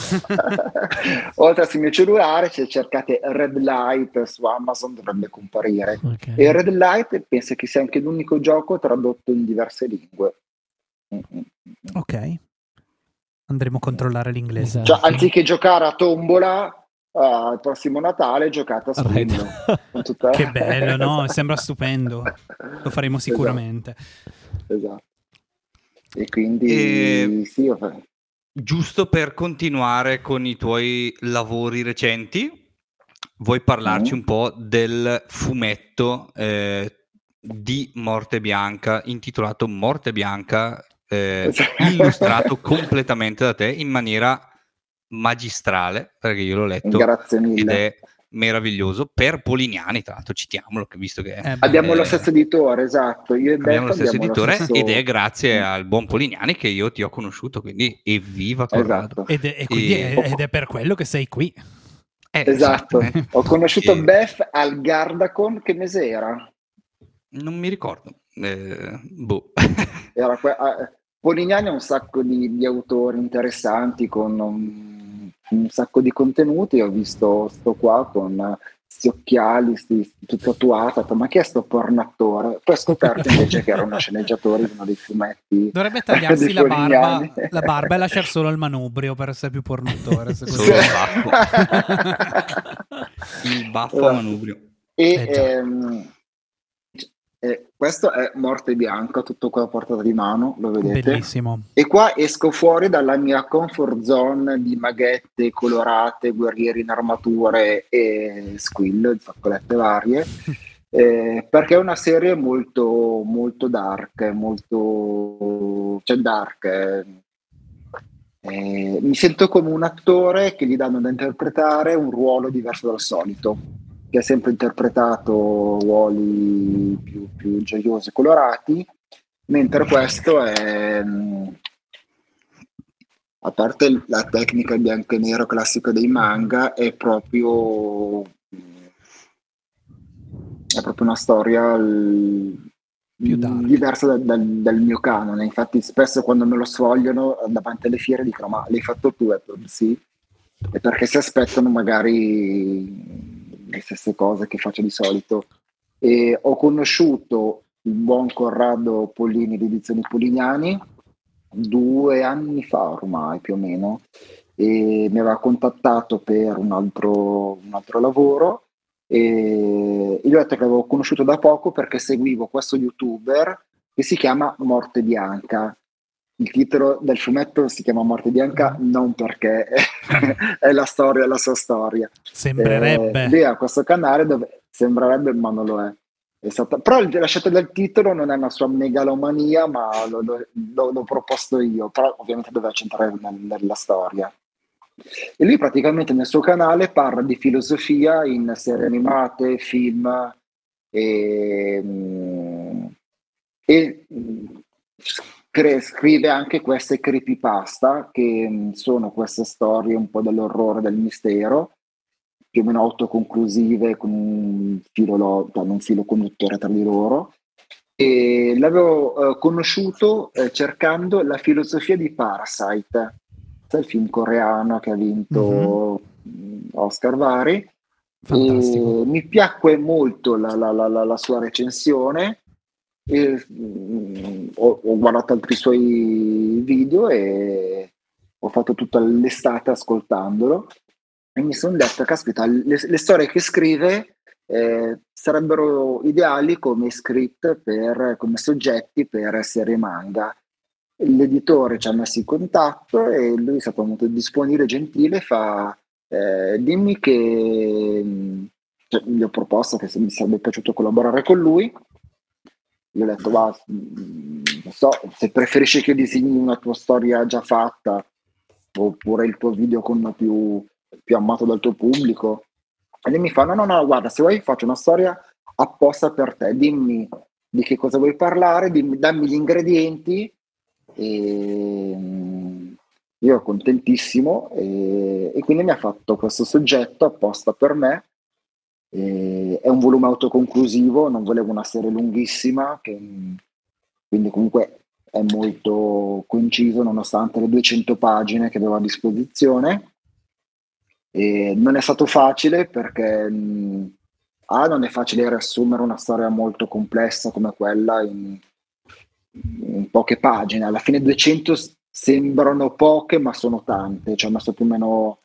Oltre al mio cellulare, se cercate Red Light su Amazon dovrebbe comparire. Ok. E Red Light penso che sia anche l'unico gioco tradotto in diverse lingue. Mm, mm, mm. Ok. Andremo a controllare l'inglese. Esatto. Cioè, anziché giocare a tombola uh, al prossimo Natale, giocate a Red. Squillo. Con tutta- Che bello, no? Sembra stupendo. Lo faremo sicuramente. Esatto. Esatto. E quindi E- sì, io fa- Giusto per continuare con i tuoi lavori recenti, vuoi parlarci Mm. un po' del fumetto eh, di Morte Bianca, intitolato Morte Bianca, eh, illustrato completamente da te in maniera magistrale, perché io l'ho letto Grazie ed mille. è meraviglioso, per Polignani, tra l'altro citiamolo, che visto che Eh beh, Abbiamo eh, lo stesso editore, esatto. Io e abbiamo Beth lo stesso abbiamo lo editore stesso... ed è grazie Mm. al buon Polignani che io ti ho conosciuto, quindi evviva Corrado. Esatto. Ed è, e quindi E- è, ed è per quello che sei qui. Eh, Esatto. esattamente. Ho conosciuto E- Beth al Gardacon, che mese era? Non mi ricordo. Eh, boh. Era que- ah, Polignani ha un sacco di, di autori interessanti con un, un sacco di contenuti. Ho visto sto qua con sti occhiali, sti, tutto tatuato. Ho detto, ma chi è sto pornattore? Poi ho scoperto invece che era uno sceneggiatore di uno dei fumetti. Dovrebbe tagliarsi di la barba, Polignani. la barba e lasciare solo il manubrio per essere più pornatore. secondo Solo me. il baffo. Il baffo a manubrio. E Eh, già. ehm, eh, questo è Morte Bianca, tutto qua a portata di mano, lo vedete? Bellissimo. E qua esco fuori dalla mia comfort zone di maghette colorate, guerrieri in armature e squill, zoccolette varie. eh, perché è una serie molto, molto dark, molto, cioè dark. eh. Eh, mi sento come un attore che gli danno da interpretare un ruolo diverso dal solito, che ha sempre interpretato ruoli più, più gioiosi e colorati, mentre questo è, mh, a parte la tecnica bianco e nero classica dei manga, è proprio, mh, è proprio una storia l- Più dark. diversa da- dal, dal mio canone. Infatti, spesso quando me lo sfogliano davanti alle fiere dicono: Ma l'hai fatto tu? E poi, sì, e perché si aspettano magari le stesse cose che faccio di solito. E ho conosciuto il buon Corrado Pollini di Edizioni Polignani due anni fa ormai più o meno, e mi aveva contattato per un altro, un altro lavoro, e gli ho detto che l'avevo conosciuto da poco perché seguivo questo youtuber che si chiama Morte Bianca. Il titolo del fumetto si chiama Morte Bianca non perché è la storia, la sua storia. Sembrerebbe. Eh, lui ha questo canale dove sembrerebbe, ma non lo è. È stata- Però il- la scelta del titolo non è una sua megalomania, ma lo- lo- lo- l'ho proposto io, però ovviamente doveva centrare nel- nella storia. E lui praticamente nel suo canale parla di filosofia in serie animate, film e, mm, e mm, cre- scrive anche queste creepypasta che mm, sono queste storie un po' dell'orrore, del mistero, più o meno autoconclusive con un filo, lo- cioè, un filo conduttore tra di loro. E l'avevo eh, conosciuto eh, cercando la filosofia di Parasite, sai, il film coreano che ha vinto mh, Oscar vari. Fantastico. E mi piacque molto la, la- la- la- la sua recensione. E, mh, ho, ho guardato altri suoi video e ho fatto tutta l'estate ascoltandolo, e mi sono detto, caspita, le, le storie che scrive eh, sarebbero ideali come script per, come soggetti per serie manga. L'editore ci ha messo in contatto e lui è stato molto disponibile, gentile, fa eh, dimmi che mh, cioè, gli ho proposto che se mi sarebbe piaciuto collaborare con lui. Gli ho detto, va, mh, non so, se preferisci che disegni una tua storia già fatta oppure il tuo video con più, più amato dal tuo pubblico. E lei mi fa: no, no, no, guarda, se vuoi faccio una storia apposta per te, dimmi di che cosa vuoi parlare, dimmi, dammi gli ingredienti. E mm, io ero contentissimo, e, e quindi mi ha fatto questo soggetto apposta per me. E è un volume autoconclusivo, non volevo una serie lunghissima, che, quindi comunque è molto conciso nonostante le duecento pagine che avevo a disposizione. E non è stato facile perché mh, A, non è facile riassumere una storia molto complessa come quella in, in poche pagine. Alla fine duecento s- sembrano poche, ma sono tante. Ci ho messo più o meno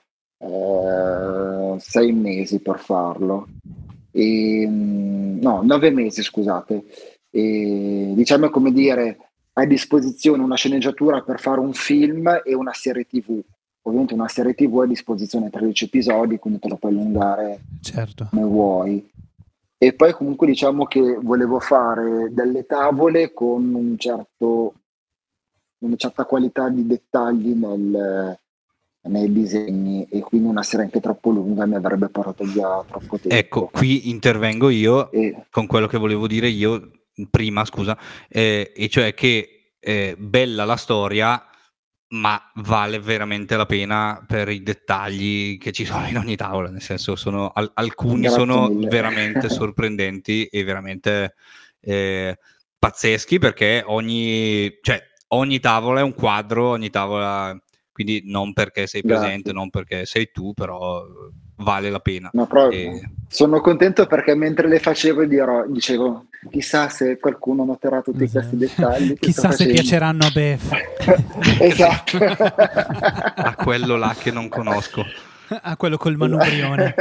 eh, sei mesi per farlo. E, mh, no, nove mesi, scusate. E, diciamo, come dire, hai a disposizione una sceneggiatura per fare un film e una serie tivù. Ovviamente una serie tivù è a disposizione tredici episodi, quindi te lo puoi allungare Certo. come vuoi. E poi comunque diciamo che volevo fare delle tavole con un certo, una certa qualità di dettagli nel, nei disegni, e quindi una serie anche troppo lunga mi avrebbe portato via troppo tempo. Ecco, qui intervengo io E, con quello che volevo dire io prima, scusa, eh, e cioè che eh, bella la storia, ma vale veramente la pena per i dettagli che ci sono in ogni tavola, nel senso sono al- alcuni grazie sono mille. veramente sorprendenti e veramente eh, pazzeschi, perché ogni, cioè, ogni tavola è un quadro, ogni tavola, quindi non perché sei presente, Grazie. non perché sei tu, però vale la pena. No, però E- sono contento perché mentre le facevo dirò, dicevo, chissà se qualcuno noterà tutti questi dettagli che sto Chissà se facendo. piaceranno a Beth. Esatto. a quello là che non conosco. A quello col manubrione.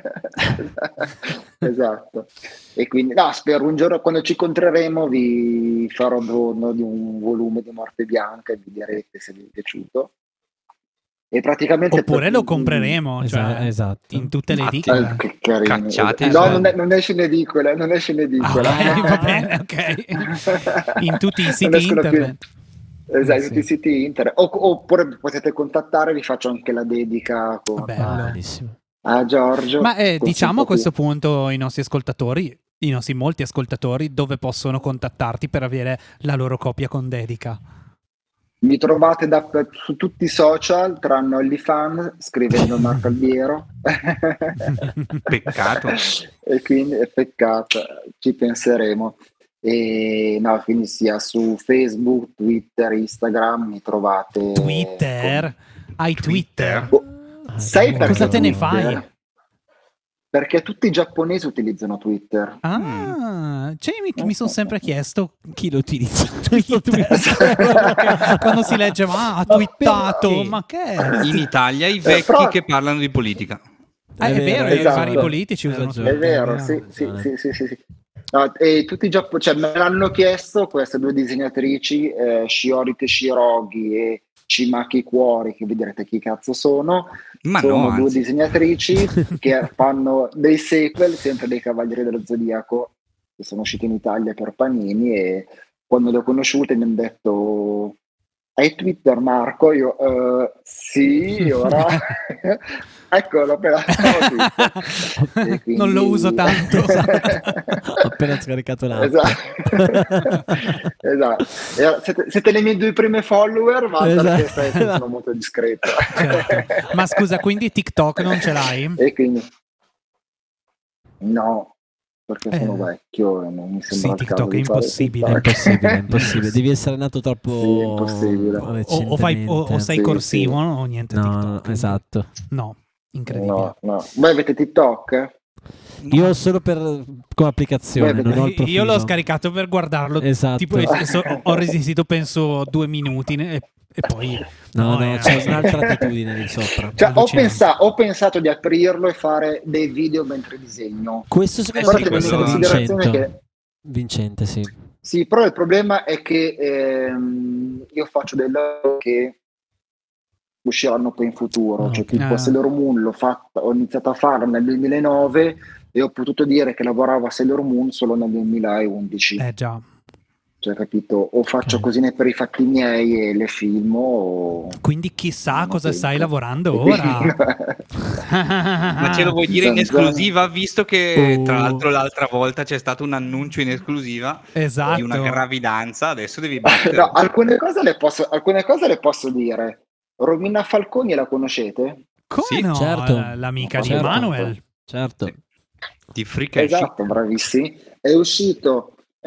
Esatto. E quindi, no, spero un giorno quando ci incontreremo vi farò dono di un volume di Morte Bianca e vi direte se vi è piaciuto. E praticamente Oppure per- lo compreremo, cioè, Esa- esatto. in tutte le Infatti. edicole. Eh, che carino. Cacciate, no, cioè. non, è, non esce in edicola, non esce in Ah, edicola. ok, va bene, ok. In tutti i Non siti escono più- internet. Esatto, Eh, in tutti sì. i siti internet. O- oppure potete contattare, vi faccio anche la dedica con, Bello. Ah, benissimo. a Giorgio. Ma eh, Così diciamo a un po' questo più- punto i nostri ascoltatori, i nostri molti ascoltatori, dove possono contattarti per avere la loro copia con dedica? Mi trovate da- su tutti i social, tranne OnlyFans, scrivendo Marco Albiero. Peccato. E quindi è peccato, ci penseremo. E no, quindi sia su Facebook, Twitter, Instagram mi trovate. Twitter? Hai Twitter? con- Ah, Sai no. perché Cosa te ne Twitter? fai? Perché tutti i giapponesi utilizzano Twitter. Ah, cioè, mi, mi sono sempre chiesto Chi lo utilizza? Twitter. Quando si legge, ma ha Ma twittato, perché? ma che è? In Italia i vecchi però- che parlano di politica. Ah, è vero, hai i esatto. vari politici Hai usano ragione. È Twitter. vero, hai sì, sì, ragione. sì, sì, sì, sì. No, e tutti i giappo- cioè, me l'hanno chiesto queste due disegnatrici, eh, Shiori Teshirogi e Chimaki Kuori, che vi direte chi cazzo sono. Ma sono no, due anzi. disegnatrici che fanno dei sequel, sempre dei Cavalieri dello Zodiaco, che sono usciti in Italia per Panini, e quando le ho conosciute mi hanno detto: hai Twitter, Marco? Io "Eh, sì, ora ecco, l'ho appena Twitter. E quindi- Non lo uso tanto. Ho appena scaricato l'app. Esatto. Esatto. E siete, siete le mie due prime follower, ma Esatto. perché sai che sono molto discreto. Certo. Ma scusa, quindi TikTok non ce l'hai? E quindi no, perché Eh. sono vecchio e non mi Sì, sembra il TikTok caso è di fare impossibile. È TikTok. impossibile, è impossibile. Devi essere nato troppo Sì, è impossibile. O, o fai, o, o sei Sì, corsivo sì. o niente No, TikTok. no, esatto. No, incredibile. No, no. Voi avete TikTok? Io solo per come applicazione, Beh, non ho il Io profilo. l'ho scaricato per guardarlo. Esatto. Tipo, e- so- ho resistito penso due minuti ne- e, e poi... No, no, eh, c'è un'altra attitudine lì sopra. Cioè, ho, Allucinante. pensa- ho pensato di aprirlo e fare dei video mentre disegno. Questo secondo Eh me sì, potrebbe essere quello- considerazione vincente. che Vincente, sì. sì, però il problema è che ehm, io faccio dei lavori che usciranno poi in futuro, Ah, cioè ok. tipo Ah. Sailor Moon l'ho fatta, ho iniziato a farlo nel duemilanove e ho potuto dire che lavoravo a Sailor Moon solo nel duemilaundici. Eh già. Cioè, capito? O faccio Ok. cosine per i fatti miei e le filmo, o Quindi chissà non ho cosa stai tempo. lavorando E ora. quindi- Ma ce lo vuoi dire in Zanzara. esclusiva, visto che tra Oh. l'altro l'altra volta c'è stato un annuncio in esclusiva Esatto. di una gravidanza, adesso devi battere. No, alcune cose le posso, alcune cose le posso dire. Romina Falconi la conoscete? Come Sì, no? certo. La- L'amica di Certo. Manuel. Certo. Di Freak and Esatto, Chic. bravissimi. È uscito, è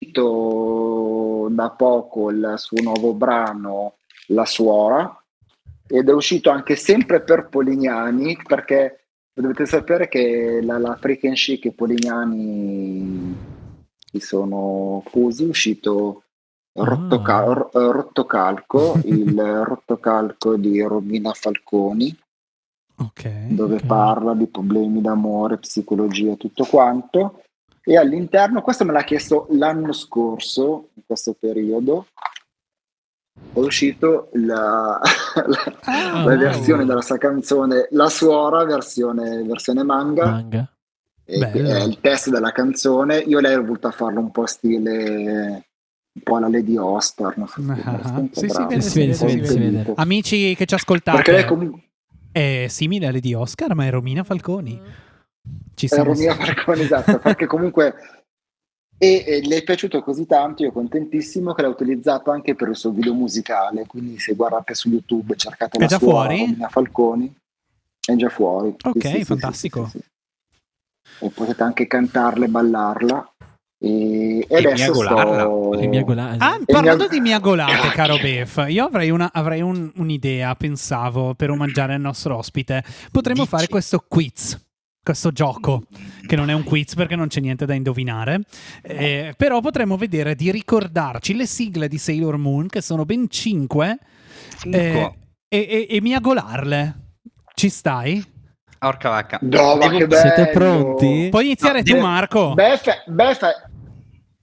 uscito da poco il suo nuovo brano, La Suora, ed è uscito anche sempre per Polignani, perché dovete sapere che la, la Freak and Chic e Polignani si sono fusi, è uscito Rottoca- Ah. Ro- eh, Rottocalco, il Rottocalco di Romina Falconi, Ok. dove ok. parla di problemi d'amore, psicologia, tutto quanto. E all'interno, questo me l'ha chiesto l'anno scorso, in questo periodo, è uscito la, la, Ah, la wow. versione della sua canzone La Suora, versione, versione manga, Manga. e Bello. è il testo della canzone. Io lei ho voluto farlo un po' stile, un po' alla Lady Oscar, non so se Ah, è un po' sì, si brava, vede, si vede, un po' si vede, si vede. impedito. Amici che ci ascoltate, Perché lei comunque è simile a Lady Oscar, ma è Romina Falconi. Ci è siamo Romina Falconi, esatto, perché comunque e, e le è piaciuto così tanto, io contentissimo che l'ha utilizzato anche per il suo video musicale, quindi se guardate su YouTube cercate È la già sua fuori? Romina Falconi, è già fuori. Sì, Ok, sì, sì, fantastico. sì, sì, sì. E potete anche cantarla e ballarla. E, e E adesso miagolarla. sto... E miagola- Ah, E parlando mia- di miagolate, caro Bef, io avrei, una, avrei un- un'idea, pensavo, per omaggiare il nostro ospite. Potremmo Dici. fare questo quiz, questo gioco, che non è un quiz perché non c'è niente da indovinare, eh, però potremmo vedere di ricordarci le sigle di Sailor Moon, che sono ben cinque, eh, Cinque. e, e, e miagolarle. Ci stai? Porca vacca. No, ma Devo- che bello! Siete pronti? Puoi iniziare No, tu, devo- Marco. Beffa, Beffa,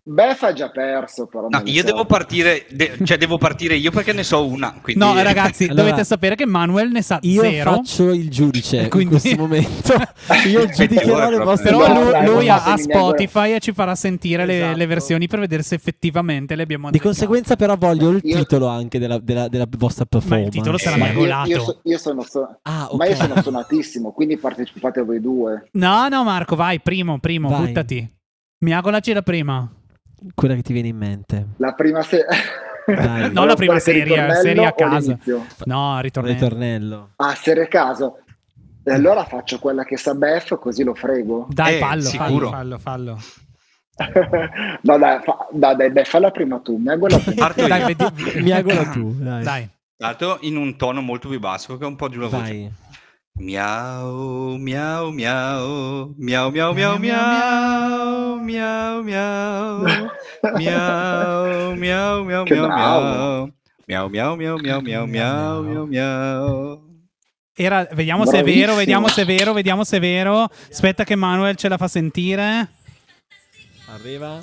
Bef ha già perso, però. No, me ne io so. devo partire, de- cioè devo partire io perché ne so una. Quindi... No, ragazzi, Allora, dovete sapere che Manuel ne sa Io zero. faccio il giudice Quindi- in questo momento. Io giudicherò le vostre Però No, lui, dai, lui non ha, fatemi ha neanche- Spotify e ci farà sentire le, Esatto. le versioni per vedere se effettivamente le abbiamo Di azzeccate. conseguenza, però, voglio il Io- titolo anche della, della- della vostra Ma performance. il titolo sarà Eh, Ma io, magolato. io so- io sono so- Ah, Ma io ok. sono suonatissimo, quindi partecipate voi due. No, no, Marco, vai, primo, primo, Vai. buttati. Miagolaci la prima. Quella che ti viene in mente. La prima serie. Dai. Non la prima serie, serie a casa. No, ritornello. Ritornello. Ah, serie a caso. E allora faccio quella che sa Bef, così lo frego. Dai, Eh, fallo, fallo, sicuro. fallo, fallo. No, dai, fa, dai, dai, Bef, falla prima tu. Mi auguro la prima. Parto io. Dai, vedi- Mi auguro tu. Dai. Dai. Dato in un tono molto più basso perché è un po' giù la voce. Vai. Miau, miau, miau, miau, miau, miau, miau, miau, miau, miau, miau, miau, Che miau, bravo. miau, miau, miau, miau, miau, miau, miau, miau. Era, vediamo se è vero, Bravissimo. vediamo se è vero, vediamo se è vero. Aspetta che Manuel ce la fa sentire. Arriva.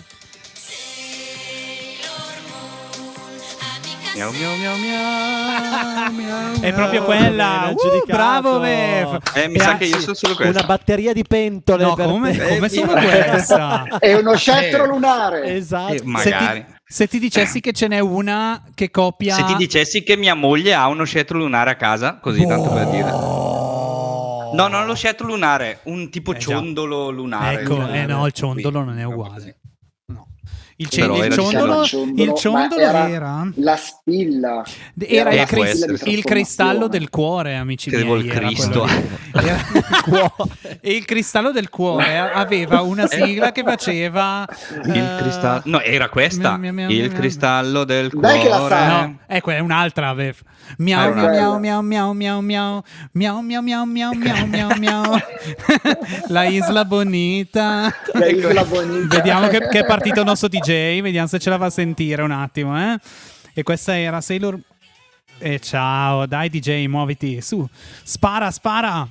Miau, miau, miau, miau, miau, È proprio miau. quella. Bene, Uh, aggiudicato. bravo, Bef. Eh, mi sa che io so solo questo. Una batteria di pentole. No, per come, te. come Eh, solo via. questa? È uno scettro Eh. lunare. Esatto. Eh, Se magari. ti, se ti dicessi che ce n'è una che copia... Se ti dicessi che mia moglie ha uno scettro lunare a casa, così tanto per dire. No, non lo scettro lunare, un tipo Eh, già. ciondolo lunare. Ecco, Lunare. eh no, il ciondolo non è Sì, uguale. No. Il, Però ce- il era ciondolo, diciamo, il ciondolo ma era... la spilla. Era Eh, il, può cris- essere. il cristallo del cuore, amici Credevo miei. il era Cristo. quello lì. Era- E il cristallo del cuore aveva una sigla che faceva... Il eh, cristallo. No, era questa. miau, miau, Il miau. cristallo del cuore. Dai che la sai. No, ecco, è un'altra. Bef. Miau, Ah, miau, ok. miau, miau, miau, miau, miau, miau, miau, miau, miau, miau, miau. La Isla Bonita. La Isla Bonita. Vediamo che, che è partito il nostro D J, vediamo se ce la va a sentire un attimo, eh. E questa era Sailor... E ciao, dai D J, muoviti, su. Spara, spara.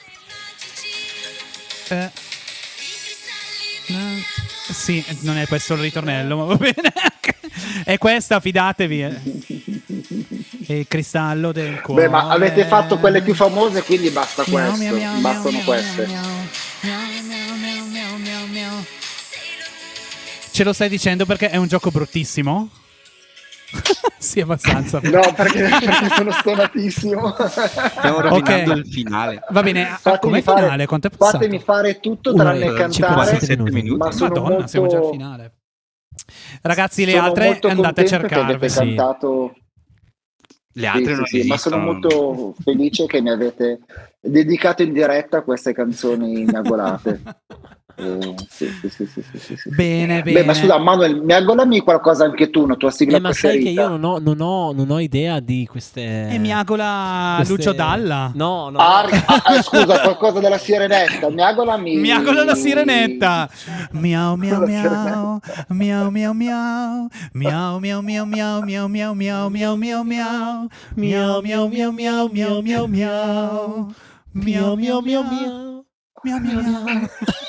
Eh. No. Sì, non è questo il ritornello, ma va bene. È questa, fidatevi. eh. E il cristallo del cuore. Beh, ma avete fatto quelle più famose, quindi basta Miau, questo. miau, miau, Bastano miau, queste. miau, miau, miau, miau, miau, miau, miau. Ce lo stai dicendo perché è un gioco bruttissimo? Sì, abbastanza. No, perché, perché sono stonatissimo. Stiamo rovinando Ok. il finale. Va bene, ah, Fatemi come fare- finale? Quanto è passato? Fatemi fare tutto Una tranne ora e cantare, cinquantasette minuti. minuti. ma sono Madonna, molto, siamo già al finale. Ragazzi, le sono altre molto andate a contento che avete cercarvi. sì. cantato. Le altre Sì, non sì, sì, ma sono esistono. molto felice che mi avete dedicato in diretta queste canzoni miagolate. Eh, sì, sì, sì, sì, sì, sì, sì. Bene, bene. Beh, ma scusa, Manuel, miagolami qualcosa anche tu, una tua sigla Eh, ma sai che preferita. io non ho, non ho, non ho idea di queste. E miagola queste- Lucio Dalla. No, no. Ah, ah, ah, scusa, qualcosa della sirenetta. Miagolami. Miagola la sirenetta. Miau miau La miau. Miau miau miau. Miau miau miau miau miau miau miau miau miau miau. Miau miau miau miau miau miau miau. Miau miau miau miau. Miau miau miau.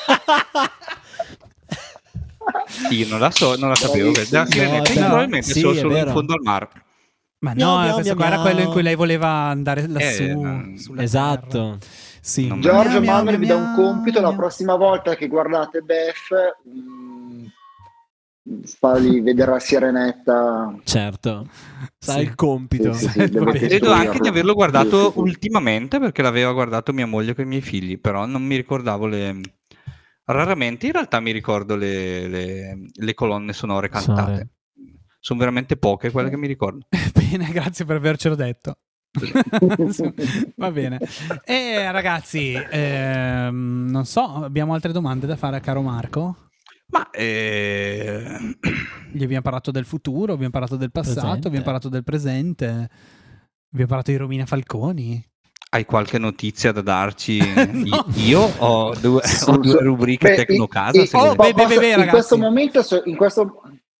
Io non la so, non la sapevo. Bravissimo. Della sirenetta, No, io no. probabilmente Sì, so è solo in vero. fondo al mare. Ma Miau, no, miau, questo miau, qua era miau. quello in cui lei voleva andare lassù. Eh, no. sulla Esatto. terra. Sì. Non- Giorgio Miau, Manuel vi dà un miau, compito la miau. prossima volta che guardate Bef, mm, fargli vedere la sirenetta. Certo. Sai Sì. il compito. Sì, sì, sì, Va dovete bene. Credo anche di averlo guardato Sì, sì, sì. ultimamente perché l'aveva guardato mia moglie con i miei figli, però non mi ricordavo le... Raramente in realtà mi ricordo le, le- le colonne sonore cantate. Sonore. Sono veramente poche quelle che mi ricordo. Bene, grazie per avercelo detto. Va bene. E ragazzi, ehm, non so, abbiamo altre domande da fare a caro Marco? Ma eh, Gli abbiamo parlato del futuro, abbiamo parlato del passato, Presente. abbiamo parlato del presente, abbiamo parlato di Romina Falconi. hai qualche notizia da darci? I- Io ho due, Su- ho due su- rubriche Beh, Tecnocasa. i- se i- Oh, volete. beh, beh, beh, beh, in ragazzi. questo momento, so- in questo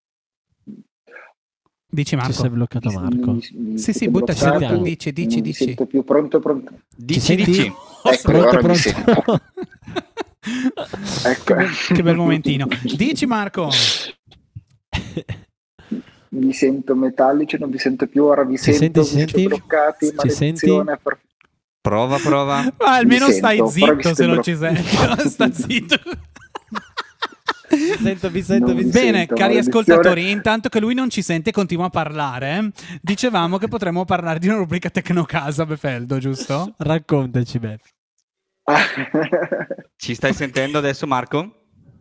Dici Ci Marco? sei bloccato Marco. mi- mi Sì, sì, siete buttaci, bloccati, buttaci, dici, dici, non mi dici. sento più pronto, pronto. Dici, senti? dici. Ecco, Pronto, ora mi pronto? sento. Ecco. Che bel, che bel momentino. Dici Marco? Vi sento metallici, non vi sento più, ora vi Ci sento, senti, vi ci senti? bloccati, Ci senti? maledizione. Per... Prova, prova. Ma almeno Mi stai sento, però vi zitto se sembro- non ci senti. Sta zitto. Sento, vi sento, Non vi vi sento. Bene, sento, cari maledizione. ascoltatori, intanto che lui non ci sente e continua a parlare, dicevamo che potremmo parlare di una rubrica Tecnocasa, Befeldo, giusto? Raccontaci, Bef. Ci stai sentendo adesso, Marco?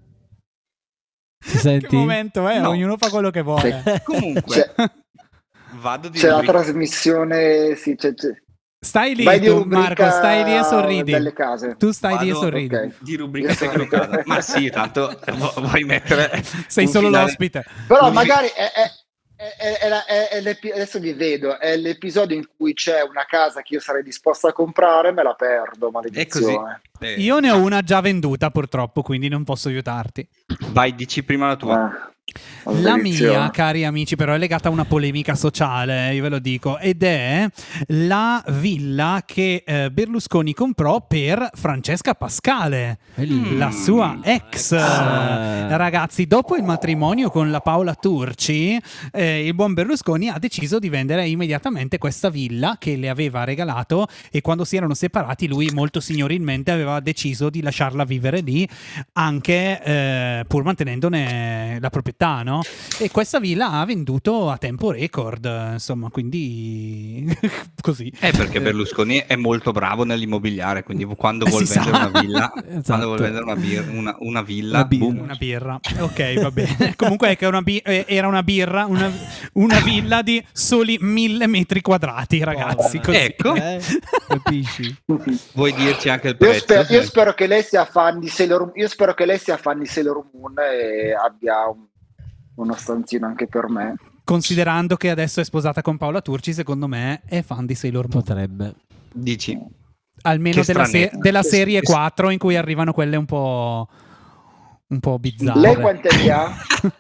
Ci senti? Che momento, eh? No. Ognuno fa quello che vuole. Comunque, C'è, vado di c'è la rubrica. trasmissione, sì, c'è, c'è. Stai lì Vai di tu, rubrica Marco, stai lì e sorridi. delle case. Tu stai lì e Vado, sorridi. ok. Di rubrica Tecnocasa. Ma sì, tanto vu- vuoi mettere... Sei un solo finale- l'ospite. Però un- magari è, è- è- è- è la- è- è l'epi- adesso vi vedo, è l'episodio in cui c'è una casa che io sarei disposto a comprare, me la perdo, È così. maledizione. Eh, Io ne ho una già venduta, purtroppo, quindi non posso aiutarti. Vai, dici prima la tua. Ah, La maledizione. mia, cari amici, però è legata a una polemica sociale, io ve lo dico, ed è la villa che eh, Berlusconi comprò per Francesca Pascale, Mm. la sua ex. Eh. Ragazzi, dopo il matrimonio con la Paola Turci, eh, il buon Berlusconi ha deciso di vendere immediatamente questa villa che le aveva regalato, e quando si erano separati lui molto signorilmente aveva deciso di lasciarla vivere lì, anche eh, pur mantenendone la proprietà, no? E questa villa ha venduto a tempo record, insomma, quindi così. Eh, perché Berlusconi è molto bravo nell'immobiliare, quindi quando Eh, vuol si vendere sa. una villa, Esatto. quando vuol vendere una, bir- una, una villa, Una birra. boom. Una birra, ok, va bene. Comunque è che una bi- eh, era una birra, una, una villa di soli mille metri quadrati, ragazzi. Povera. Così. Ecco. Eh? Capisci? Vuoi dirci anche il Io, prezzo? spero, io spero che lei sia fan di Sailor Io spero che lei sia fan di Sailor Moon e abbia un- uno stanzino anche per me. Considerando che adesso è sposata con Paola Turci, secondo me è fan di Sailor Moon. Potrebbe. Dici? Almeno Che della, se- stranezza. della Che- serie che- quattro, in cui arrivano quelle un po'... un po' bizzarre. Lei quanti anni ha?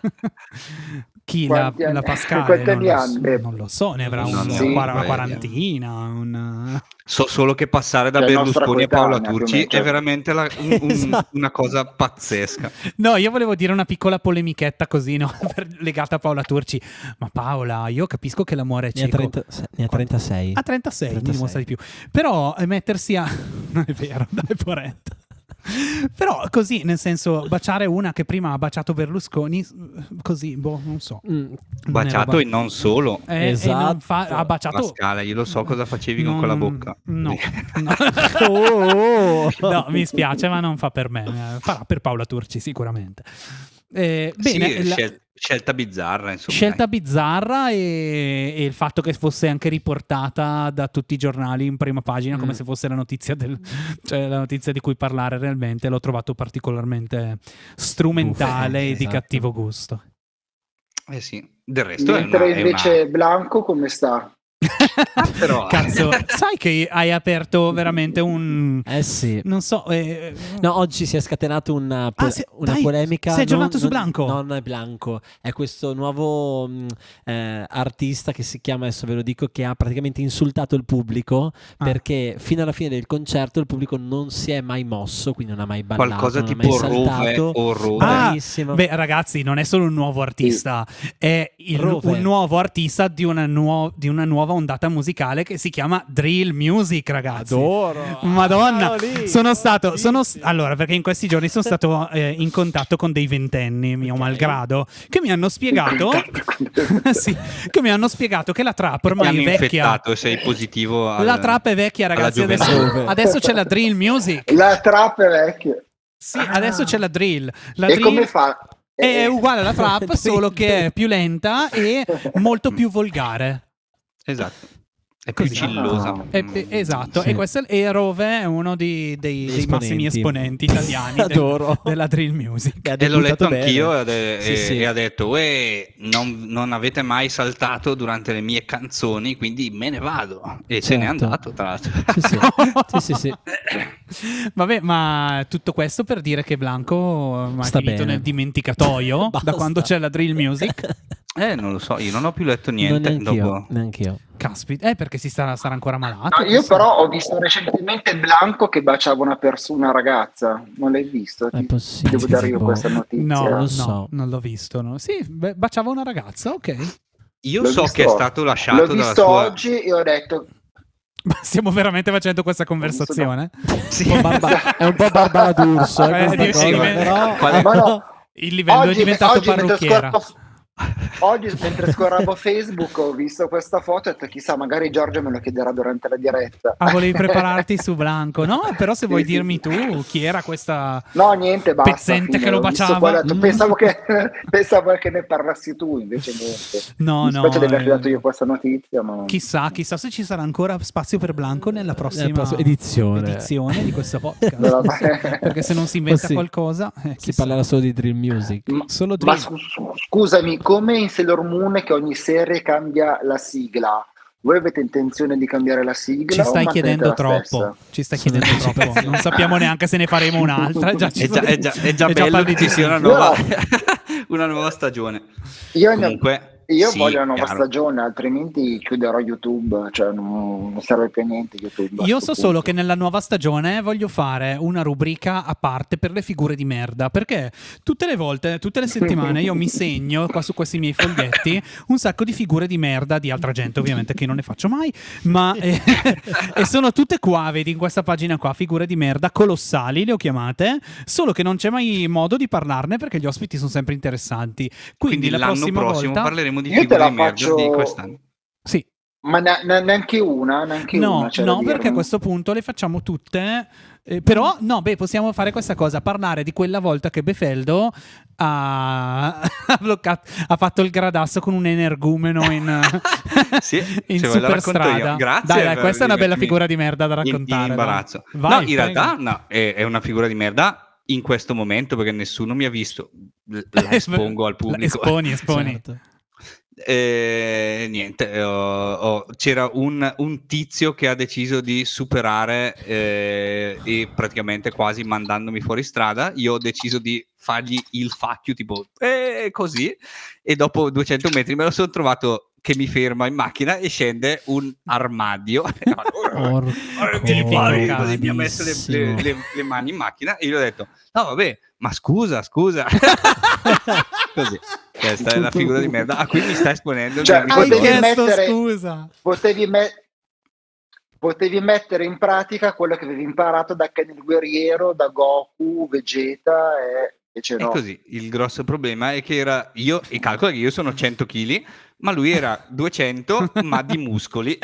Chi? La, Quanti anni- la Pascale? quanti Non anni lo, ha? so, Eh, non lo so, ne avrà no, un- no, sì, una beh, quarantina. Un... So solo che passare da Cioè, nostra Berlusconi a Paola coetanea, più o Turci meno, cioè. è veramente la- un- un- Esatto. una cosa pazzesca. No, io volevo dire una piccola polemichetta così, no? Per- legata a Paola Turci. Ma Paola, io capisco che l'amore è Ne ha, cieco. trenta ne ha trentasei. A trentasei, mi trentasei. dimostra di più. Però eh, mettersi a... non è vero, dai, poretta. Però così, nel senso, baciare una che prima ha baciato Berlusconi, così, boh, non so. Mm. Non è Baciato roba- e non solo. Eh, e Esatto. non fa- ha baciato... Pascale, io lo so cosa facevi con Non- quella bocca. No, no. Oh, oh. No, mi spiace, ma non fa per me. Eh, Farà per Paola Turci, sicuramente. Eh, bene, Sì, la- scel- scelta bizzarra, insomma. scelta dai. bizzarra, e, e il fatto che fosse anche riportata da tutti i giornali in prima pagina come Mm. se fosse la notizia del, cioè la notizia di cui parlare realmente, l'ho trovato particolarmente strumentale Buffo, e di esatto. cattivo gusto. Eh sì, del resto è Mentre una, è invece una- Blanco come sta? Però- Cazzo, sai che hai aperto veramente un... Eh sì. non so... eh, No, oggi si è scatenato una, po- Ah, se- una dai, polemica. sei aggiornato non- su non- Blanco? No, non è Blanco, è questo nuovo mh, eh, artista che si chiama, adesso ve lo dico, che ha praticamente insultato il pubblico Ah. perché fino alla fine del concerto il pubblico non si è mai mosso, quindi non ha mai ballato, qualcosa non ha tipo mai Rove saltato. o Rode. Ah, Bravissimo. Beh, ragazzi, non è solo un nuovo artista, è il- Rove. un nuovo artista di una, nuo- di una nuova ondata musicale che si chiama Drill Music, ragazzi. Adoro. Madonna, Ah, lì. sono stato, sono, Bellissimo. allora, perché in questi giorni sono stato eh, in contatto con dei ventenni, mio Ok. malgrado, che mi hanno spiegato, sì, che mi hanno spiegato che la trap Ti ormai hanno è vecchia. infettato e sei positivo al- La trap è vecchia, alla ragazzi. Adesso, gioventù. adesso c'è la Drill Music. La trap è vecchia. Sì, adesso c'è la drill. La E drill come fa? è Eh, uguale alla trap, solo che è più lenta e molto più volgare. Esatto. È più Così. cillosa. E- Mm. e- esatto, Sì. e questo è, e Rove è uno di- dei, Degli dei massimi esponenti. esponenti italiani del- Adoro. della drill music. Ha E l'ho letto debuttato bene. anch'io e, e- Sì, sì. e ha detto "Uè, non, non avete mai saltato durante le mie canzoni, quindi me ne vado." E se n'è Certo. andato, tra l'altro. Sì, sì. Sì, sì, sì. Vabbè, ma tutto questo per dire che Blanco è Sta finito bene. nel dimenticatoio Basta. da quando c'è la drill music. Eh, non lo so, io non ho più letto niente. Non neanch'io, dopo... neanch'io. Caspita, eh, perché si sarà, sarà ancora malato. No, io chissà. però ho visto recentemente Blanco che baciava una persona, una ragazza. Non l'hai visto? È Ti- possibile. Devo dare io boh. questa notizia. No, Non lo no, so. non l'ho visto. No. Sì, beh, baciava una ragazza, ok. Io L'ho so visto- che è stato lasciato L'ho dalla visto sua... oggi e ho detto... Ma stiamo veramente facendo questa conversazione? Sì. Un po' barba- è un po' Barbara D'Urso, eh, Eh, questa sì, cosa, sì, però- Qual è? Ma no, Il livello è oggi, diventato oggi mentre parrucchiera. scorro- oggi mentre scorravo Facebook ho visto questa foto e ho detto chissà magari Giorgio me lo chiederà durante la diretta. Ah, volevi prepararti su Blanco? No, però se vuoi Sì, sì, dirmi sì. tu chi era questa No, niente, basta. pezzente fine. che lo Ho visto baciava? qua, ho detto, Mm. pensavo, che, pensavo che ne parlassi tu, invece niente. No, Mi spiace no, di averti eh, dato io questa notizia, ma... Chissà, chissà se ci sarà ancora spazio per Blanco nella prossima, Nella prossima edizione. edizione di questo podcast. Della- Perché se non si inventa Sì. qualcosa, eh, Si chissà. parlerà solo di Dream Music. Ma, Solo ma Dream. scu- scu- scusami, come in Sailor Moon che ogni serie cambia la sigla, voi avete intenzione di cambiare la sigla? Ci o stai mantenete chiedendo la troppo. stessa? Ci stai chiedendo troppo. Non sappiamo neanche se ne faremo un'altra. Già ci È già, sono- è già- è già è bello parli che di ci sia una sì. nuova, No. una nuova stagione. Io, ne- Comunque, io sì, voglio una nuova chiaro. stagione, altrimenti chiuderò YouTube, cioè non, non serve più a niente YouTube. a Io sto so solo punto. che nella nuova stagione voglio fare una rubrica a parte per le figure di merda, perché tutte le volte, tutte le settimane io mi segno qua su questi miei foglietti un sacco di figure di merda di altra gente, ovviamente, che non ne faccio mai, ma eh, e sono tutte qua, vedi, in questa pagina qua, figure di merda colossali, le ho chiamate, solo che non c'è mai modo di parlarne perché gli ospiti sono sempre interessanti. Quindi, Quindi la l'anno prossima prossimo volta parleremo di Io te figure la di merda faccio- di quest'anno. sì. Ma ne- ne- neanche una, neanche No, una. c'è da no, perché a dirmi. questo punto le facciamo tutte. eh, però, no, beh, possiamo fare questa cosa: parlare di quella volta che Befeldo ha, ha bloccato, ha fatto il gradasso con un energumeno in, Sì, in se ve la racconto superstrada. io. Grazie Dai, dai, per questa è una bella rimettermi figura di merda da in- raccontare. In, dai. imbarazzo. Vai, no, in prego. realtà no, è, è una figura di merda in questo momento perché nessuno mi ha visto. L- La espongo al pubblico. Esponi, esponi. Certo. Eh, niente, ho- ho- c'era un, un tizio che ha deciso di superare eh, e praticamente quasi mandandomi fuori strada. Io ho deciso di fargli il facchio tipo eh, così, e dopo duecento metri me lo sono trovato che mi ferma in macchina e scende un armadio. Porco Vieni fuori, così mi ha messo le, cadissimo. le- le- le mani in macchina e io ho detto no vabbè, ma scusa scusa. Così, questa è la figura di merda a cui mi sta esponendo il Cioè, mio Hai amico potevi Giorgio. chiesto mettere- scusa. Potevi, me- potevi mettere in pratica quello che avevi imparato da Ken il Guerriero, da Goku, Vegeta e invece È no. così, il grosso problema è che era io, e calcola che io sono cento chili, ma lui era duecento, ma di muscoli.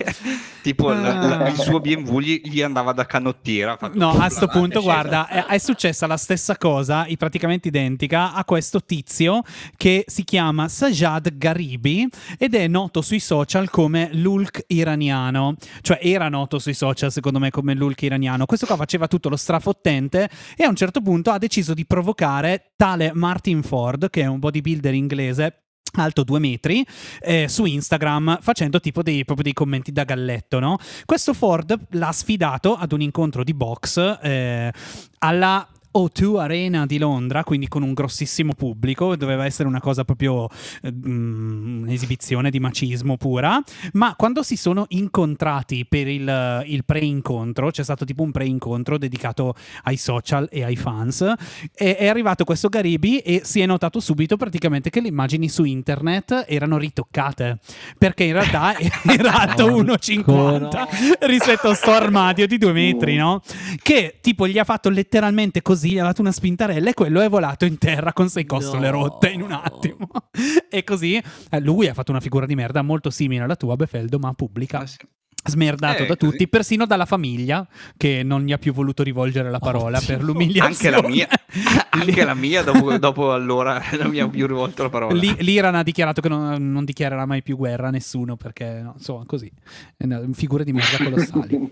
Tipo l- l- il suo B M W gli, gli andava da canottiera. ha fatto No, pum, a sto là, punto, è sceso. guarda, è, è successa la stessa cosa, i- praticamente identica, a questo tizio che si chiama Sajad Garibi ed è noto sui social come l'Hulk iraniano. Cioè, era noto sui social, secondo me, come l'Hulk iraniano. Questo qua faceva tutto lo strafottente e a un certo punto ha deciso di provocare tale Martin Ford, che è un bodybuilder inglese alto due metri, eh, su Instagram, facendo tipo dei, proprio dei commenti da galletto, no? Questo Ford l'ha sfidato ad un incontro di box eh, alla O due Arena di Londra, quindi con un grossissimo pubblico, doveva essere una cosa proprio eh, mm, un'esibizione di macismo pura, ma quando si sono incontrati per il, il pre-incontro, c'è stato tipo un pre-incontro dedicato ai social e ai fans, e è arrivato questo Garibi e si è notato subito praticamente che le immagini su internet erano ritoccate, perché in realtà era alto Porco uno e cinquanta no. rispetto a sto armadio di due metri, no? Che tipo gli ha fatto letteralmente così, gli ha dato una spintarella e quello è volato in terra con sei costole No. rotte in un attimo. E così eh, lui ha fatto una figura di merda molto simile alla tua, Befeldo, ma pubblica. Ah, sì. Smerdato Eh, da così. tutti, persino dalla famiglia che non gli ha più voluto rivolgere la parola Oddio. per l'umiliazione. Anche la mia, anche la mia dopo, dopo allora non mi ha più rivolto la parola. Lì- L'Iran ha dichiarato che non, non dichiarerà mai più guerra a nessuno perché, no, insomma, così. Eh, no, figure di merda colossali.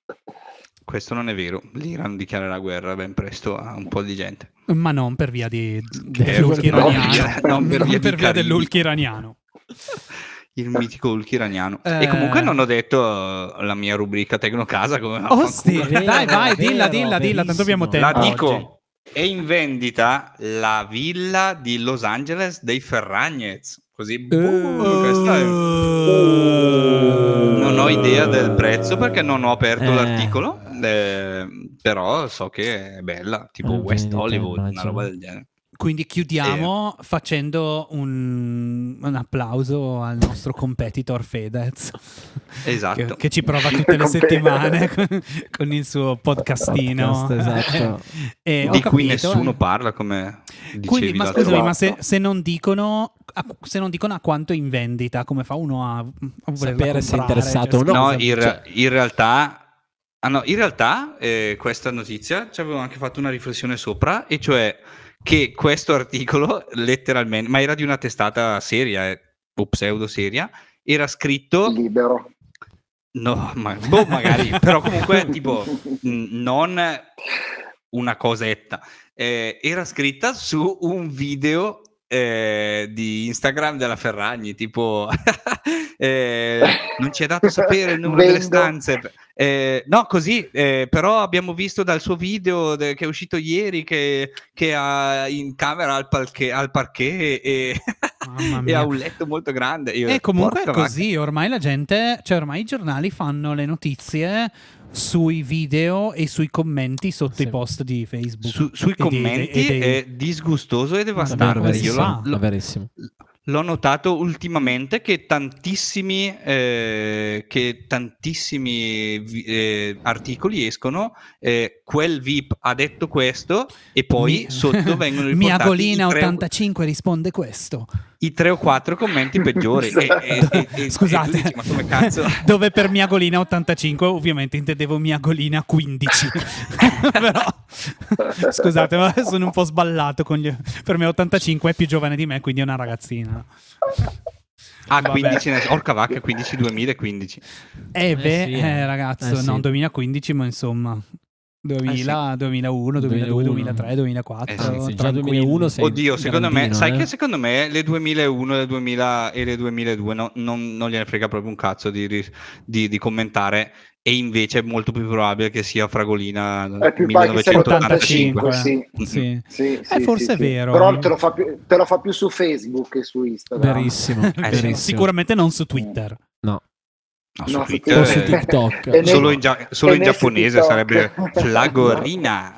Questo non è vero, l'Iran dichiarerà guerra ben presto a un po' di gente. Ma non per via di, Eh, dell'Hulk no, iraniano. non per via di Caribi. dell'Hulk iraniano. Il mitico Hulk iraniano. Eh. E comunque non ho detto uh, la mia rubrica Tecnocasa come Oh, sti, Vero, dai, vai, vero, dilla, dilla, dilla, tanto abbiamo tempo. La dico, oggi. è in vendita la villa di Los Angeles dei Ferragnez. così. Boom, questa è... Non ho idea del prezzo perché non ho aperto Eh. l'articolo, eh, però so che è bella, tipo Eh, West vendita, Hollywood, una immagino. roba del genere. Quindi chiudiamo facendo un, un applauso al nostro competitor Fedez, Esatto. che, che ci prova tutte le Compe- settimane con, con il suo podcastino. Podcast, esatto. E ho Di cui capito, nessuno eh. parla, come dicevi Quindi, ma l'altra scusami, volta. ma se, se non dicono a, se non dicono a quanto in vendita, come fa uno a, a volerla Sapere se è comprare? interessato Cioè, o No, cosa- in, re- cioè- in realtà, ah no, in realtà eh, questa notizia ci avevo anche fatto una riflessione sopra, e cioè che questo articolo letteralmente, ma era di una testata seria eh, o pseudo seria, era scritto Libero. no, ma, boh, magari, però comunque tipo mh, non una cosetta, eh, era scritta su un video eh, di Instagram della Ferragni, tipo eh, non ci è dato sapere il numero delle Vendo. stanze, eh, no così, eh, però abbiamo visto dal suo video de- che è uscito ieri che, che ha in camera al, palche- al parquet e, Mamma e mia. ha un letto molto grande. Io, E comunque è porca così, ormai la gente, cioè ormai i giornali fanno le notizie sui video e sui commenti sotto Sì. i post di Facebook. Su- sui E dei- commenti e dei- è disgustoso e Davvero devastante. come si Io fa? l'ho, verissimo, è verissimo. l'ho notato ultimamente che tantissimi, eh, che tantissimi vi- eh, articoli escono. Eh, quel V I P ha detto questo, e poi Mi- sotto vengono riportati Miagolina i tre, ottantacinque risponde questo. i tre o quattro commenti peggiori. E- e- e- e- Scusate, e tu dici, ma come cazzo? dove per Miagolina ottantacinque ovviamente intendevo Miagolina quindici. Però scusate, ma sono un po' sballato con gli... Per me ottantacinque è più giovane di me, quindi è una ragazzina. Ah, Vabbè. quindici, ne- orca vacca, quindici duemilaquindici. Eh beh, Eh sì, eh, eh. ragazzo, Eh sì. no, duemilaquindici, ma insomma duemila, duemilauno, duemiladue, duemilatré, duemilaquattro, Eh sì, sì, già tranquilli. duemilauno sei Oddio, secondo me, grandino, sai eh. che secondo me le duemilauno, le duemila e le duemiladue no- non, non gliene frega proprio un cazzo di, ri- di- di commentare, e invece è molto più probabile che sia Fragolina È più facile che sia millenovecentottantacinque. l'ottantacinque, sì. Mm-mm. Sì. Sì, Eh, sì, forse sì, è sì. vero. Però te lo, fa più, te lo fa più su Facebook che su Instagram. Verissimo, Eh, verissimo. Sicuramente non su Twitter. No. No, su No, su Twitter, O su eh, TikTok. E solo nei- in, gia- solo e in nei giapponese TikTok. sarebbe Flagorina.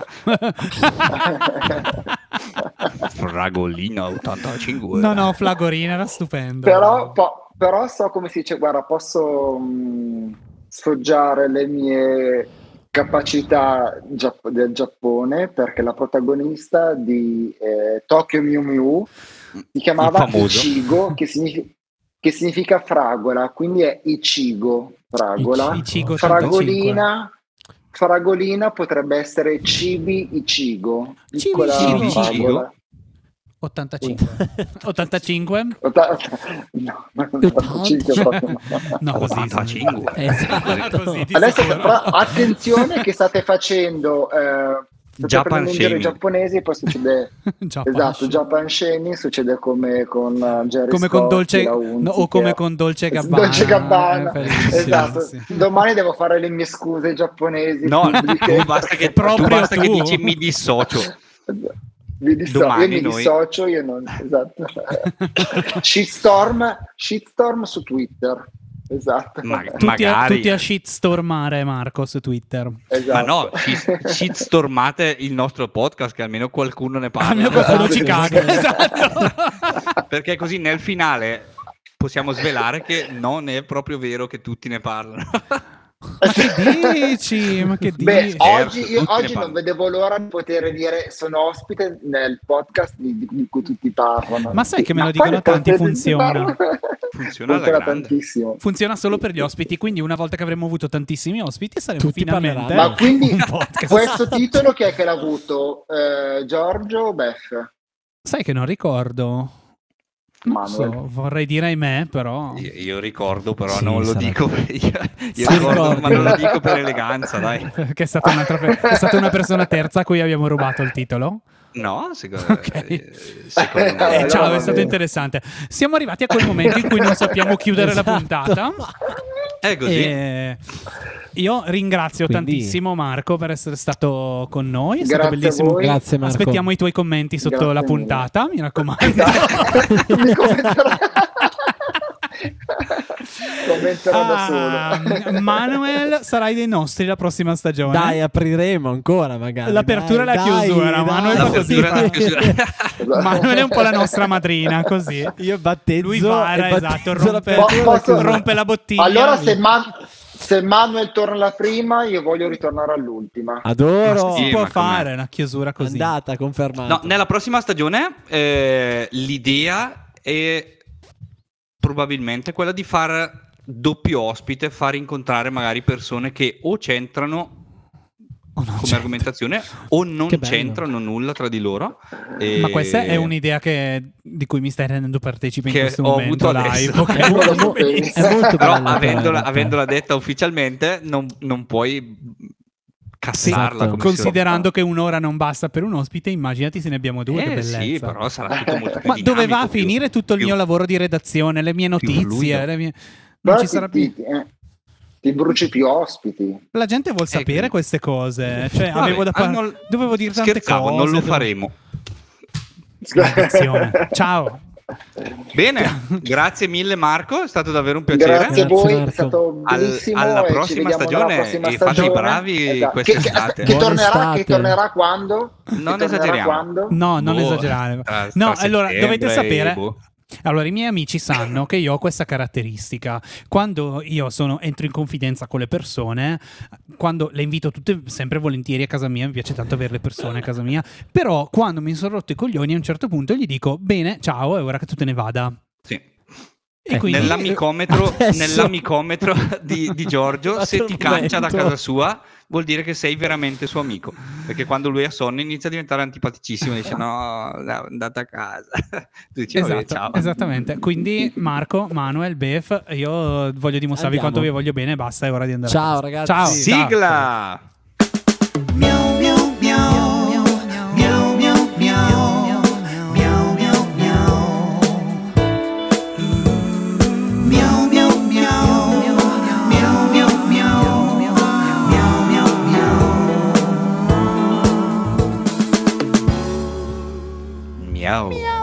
Fragolina ottantacinque. No, no, Flagorina era stupendo. Però, po- però so come si dice, guarda, posso mh, sfoggiare le mie capacità giap- del Giappone, perché la protagonista di eh, Tokyo Mew Mew si chiamava Il famoso. Ichigo, che significa, che significa fragola, quindi è Ichigo, fragola. Ichigo Fragolina, Fragolina potrebbe essere Cibi Ichigo, Cibi piccola Ichigo. fragola. ottantacinque. ottantacinque? Otta- No, ottantacinque proprio no. No, così. ottantacinque. Esatto. Così di Adesso sicuro. però, attenzione che state facendo eh, state Japan prendendo in giro i shaming. giapponesi, e poi succede Japan esatto, shaming. Japan shaming, succede come con uh, Jerry Come con Scott, Dolce, la Unzi, no, o come che- con Dolce Gabbana. Dolce Gabbana, Eh, bellissimo, esatto. sì. Domani devo fare le mie scuse ai giapponesi No, pubbliche. tu basta che, Proprio tu basta che tu. dici mi dissocio. Mi disso- Domani io mi noi- dissocio, io non esatto. shitstorm, shitstorm su Twitter, esatto. Ma- Tutti a, Magari. tutti a shitstormare Marco su Twitter. Esatto. Ma no, shit- shitstormate il nostro podcast, che almeno qualcuno ne parla. Almeno qualcuno Esatto, ci caga. Esatto. Perché così nel finale possiamo svelare che non è proprio vero che tutti ne parlano. Ma che dici? Ma che dici? Beh, Certo, oggi, io tutti ne oggi non parlano. vedevo l'ora di poter dire sono ospite nel podcast di, di- di cui tutti parlano. Ma sai che me lo Ma dicono poi tanti, potete funziona. parlare- Funziona alla grande. tantissimo. Funziona solo per gli ospiti, quindi una volta che avremo avuto tantissimi ospiti saremo Tutti finalmente parleranno. Ma quindi un podcast. questo titolo chi è che l'ha avuto? Eh, Giorgio o Beth? Sai che non ricordo. Non Manuel. so, vorrei dire ahimè, però. Io, io ricordo, però Sì, non lo sarà- dico. Io, io Si ricordo, ricorda. ma non lo dico per eleganza, dai. Perché è stata, un'altra pe- è stata una persona terza a cui abbiamo rubato il titolo. No, secondo, Ok. eh, secondo me. Eh, Eh, ciao, no, è stato vabbè. interessante. Siamo arrivati a quel momento in cui non sappiamo chiudere Esatto. la puntata. È così. E io ringrazio Quindi- tantissimo Marco per essere stato con noi. È stato Grazie a bellissimo. voi. Grazie Marco. Aspettiamo i tuoi commenti sotto Grazie la mille. puntata, mi raccomando. Esatto. Mi commenterò. Commenterò da Ah, solo. Manuel, sarai dei nostri la prossima stagione. Dai, apriremo ancora magari. L'apertura dai, e la dai, chiusura, dai. Manuel fa così. L'apertura e la chiusura. Manuel è un po' la nostra madrina, così. Io battezzo Lui vara, e battezzo esatto, rompe, l'apertura e la Posso- chiusura. rompe la bottiglia. Allora, se, Man- se Manuel torna alla prima, io voglio ritornare all'ultima. Adoro. si Sì, può ma com'è? fare una chiusura così. Andata, confermata. No, nella prossima stagione eh, l'idea è probabilmente quella di far doppio ospite, far incontrare magari persone che o c'entrano O non come c'entra. argomentazione o non Che bello. c'entrano nulla tra di loro. E- Ma questa è un'idea che, di cui mi stai rendendo partecipe in Che questo ho momento avuto adesso. live. ok? È molto, Lo mo- sapevi. è molto Però bella avendola, quella. avendola detta ufficialmente non, non puoi cassarla Esatto. come Considerando che un'ora non basta per un ospite, immaginati se ne abbiamo due. Eh, che bellezza. sì, però sarà tutto molto più Ma dove va a dinamico, finire più- tutto il più- mio lavoro di redazione, le mie più notizie? fluido. Le mie... Non Però ci ti, sarà più. ti- eh, ti bruci più ospiti. La gente vuol Eh, sapere quindi- queste cose. Cioè, Vabbè, avevo da ah, par- non- dovevo dire tante scherzavo, cose. non lo dovevo- faremo. Maledizione. Ciao. Bene, grazie mille Marco, è stato davvero un piacere. Grazie a Grazie, voi, Marco. è stato Al- bellissimo. alla e ci prossima vediamo stagione nella prossima e fate i stagione. bravi Esatto. quest'estate. Che, che, che, Buona tornerà, estate. che tornerà quando? Non Che tornerà esageriamo. quando? No, non Boh, esagerare. tra- No, tra allora settembre dovete e sapere. boh. Allora, i miei amici sanno che io ho questa caratteristica. Quando io sono, entro in confidenza con le persone, quando le invito tutte sempre volentieri a casa mia, mi piace tanto avere le persone a casa mia, però quando mi sono rotto i coglioni a un certo punto gli dico, bene, ciao, è ora che tu te ne vada. Sì. E quindi... Nell'amicometro, Adesso- nell'amicometro di, di Giorgio, se ti cancia da Tormento. casa sua, vuol dire che sei veramente suo amico. Perché quando lui ha sonno inizia a diventare antipaticissimo, dice no, è andata a casa. Tu dici, vabbè, Esatto, ciao. esattamente. Quindi Marco, Manuel, Bef, io voglio dimostrarvi Andiamo. quanto vi voglio bene, basta, è ora di andare. a Ciao, casa. ragazzi. Ciao. Sigla! Miau miau miau miau miau miau miau miau miau miau. Miau miau miau miau miau miau miau miau miau. Miau.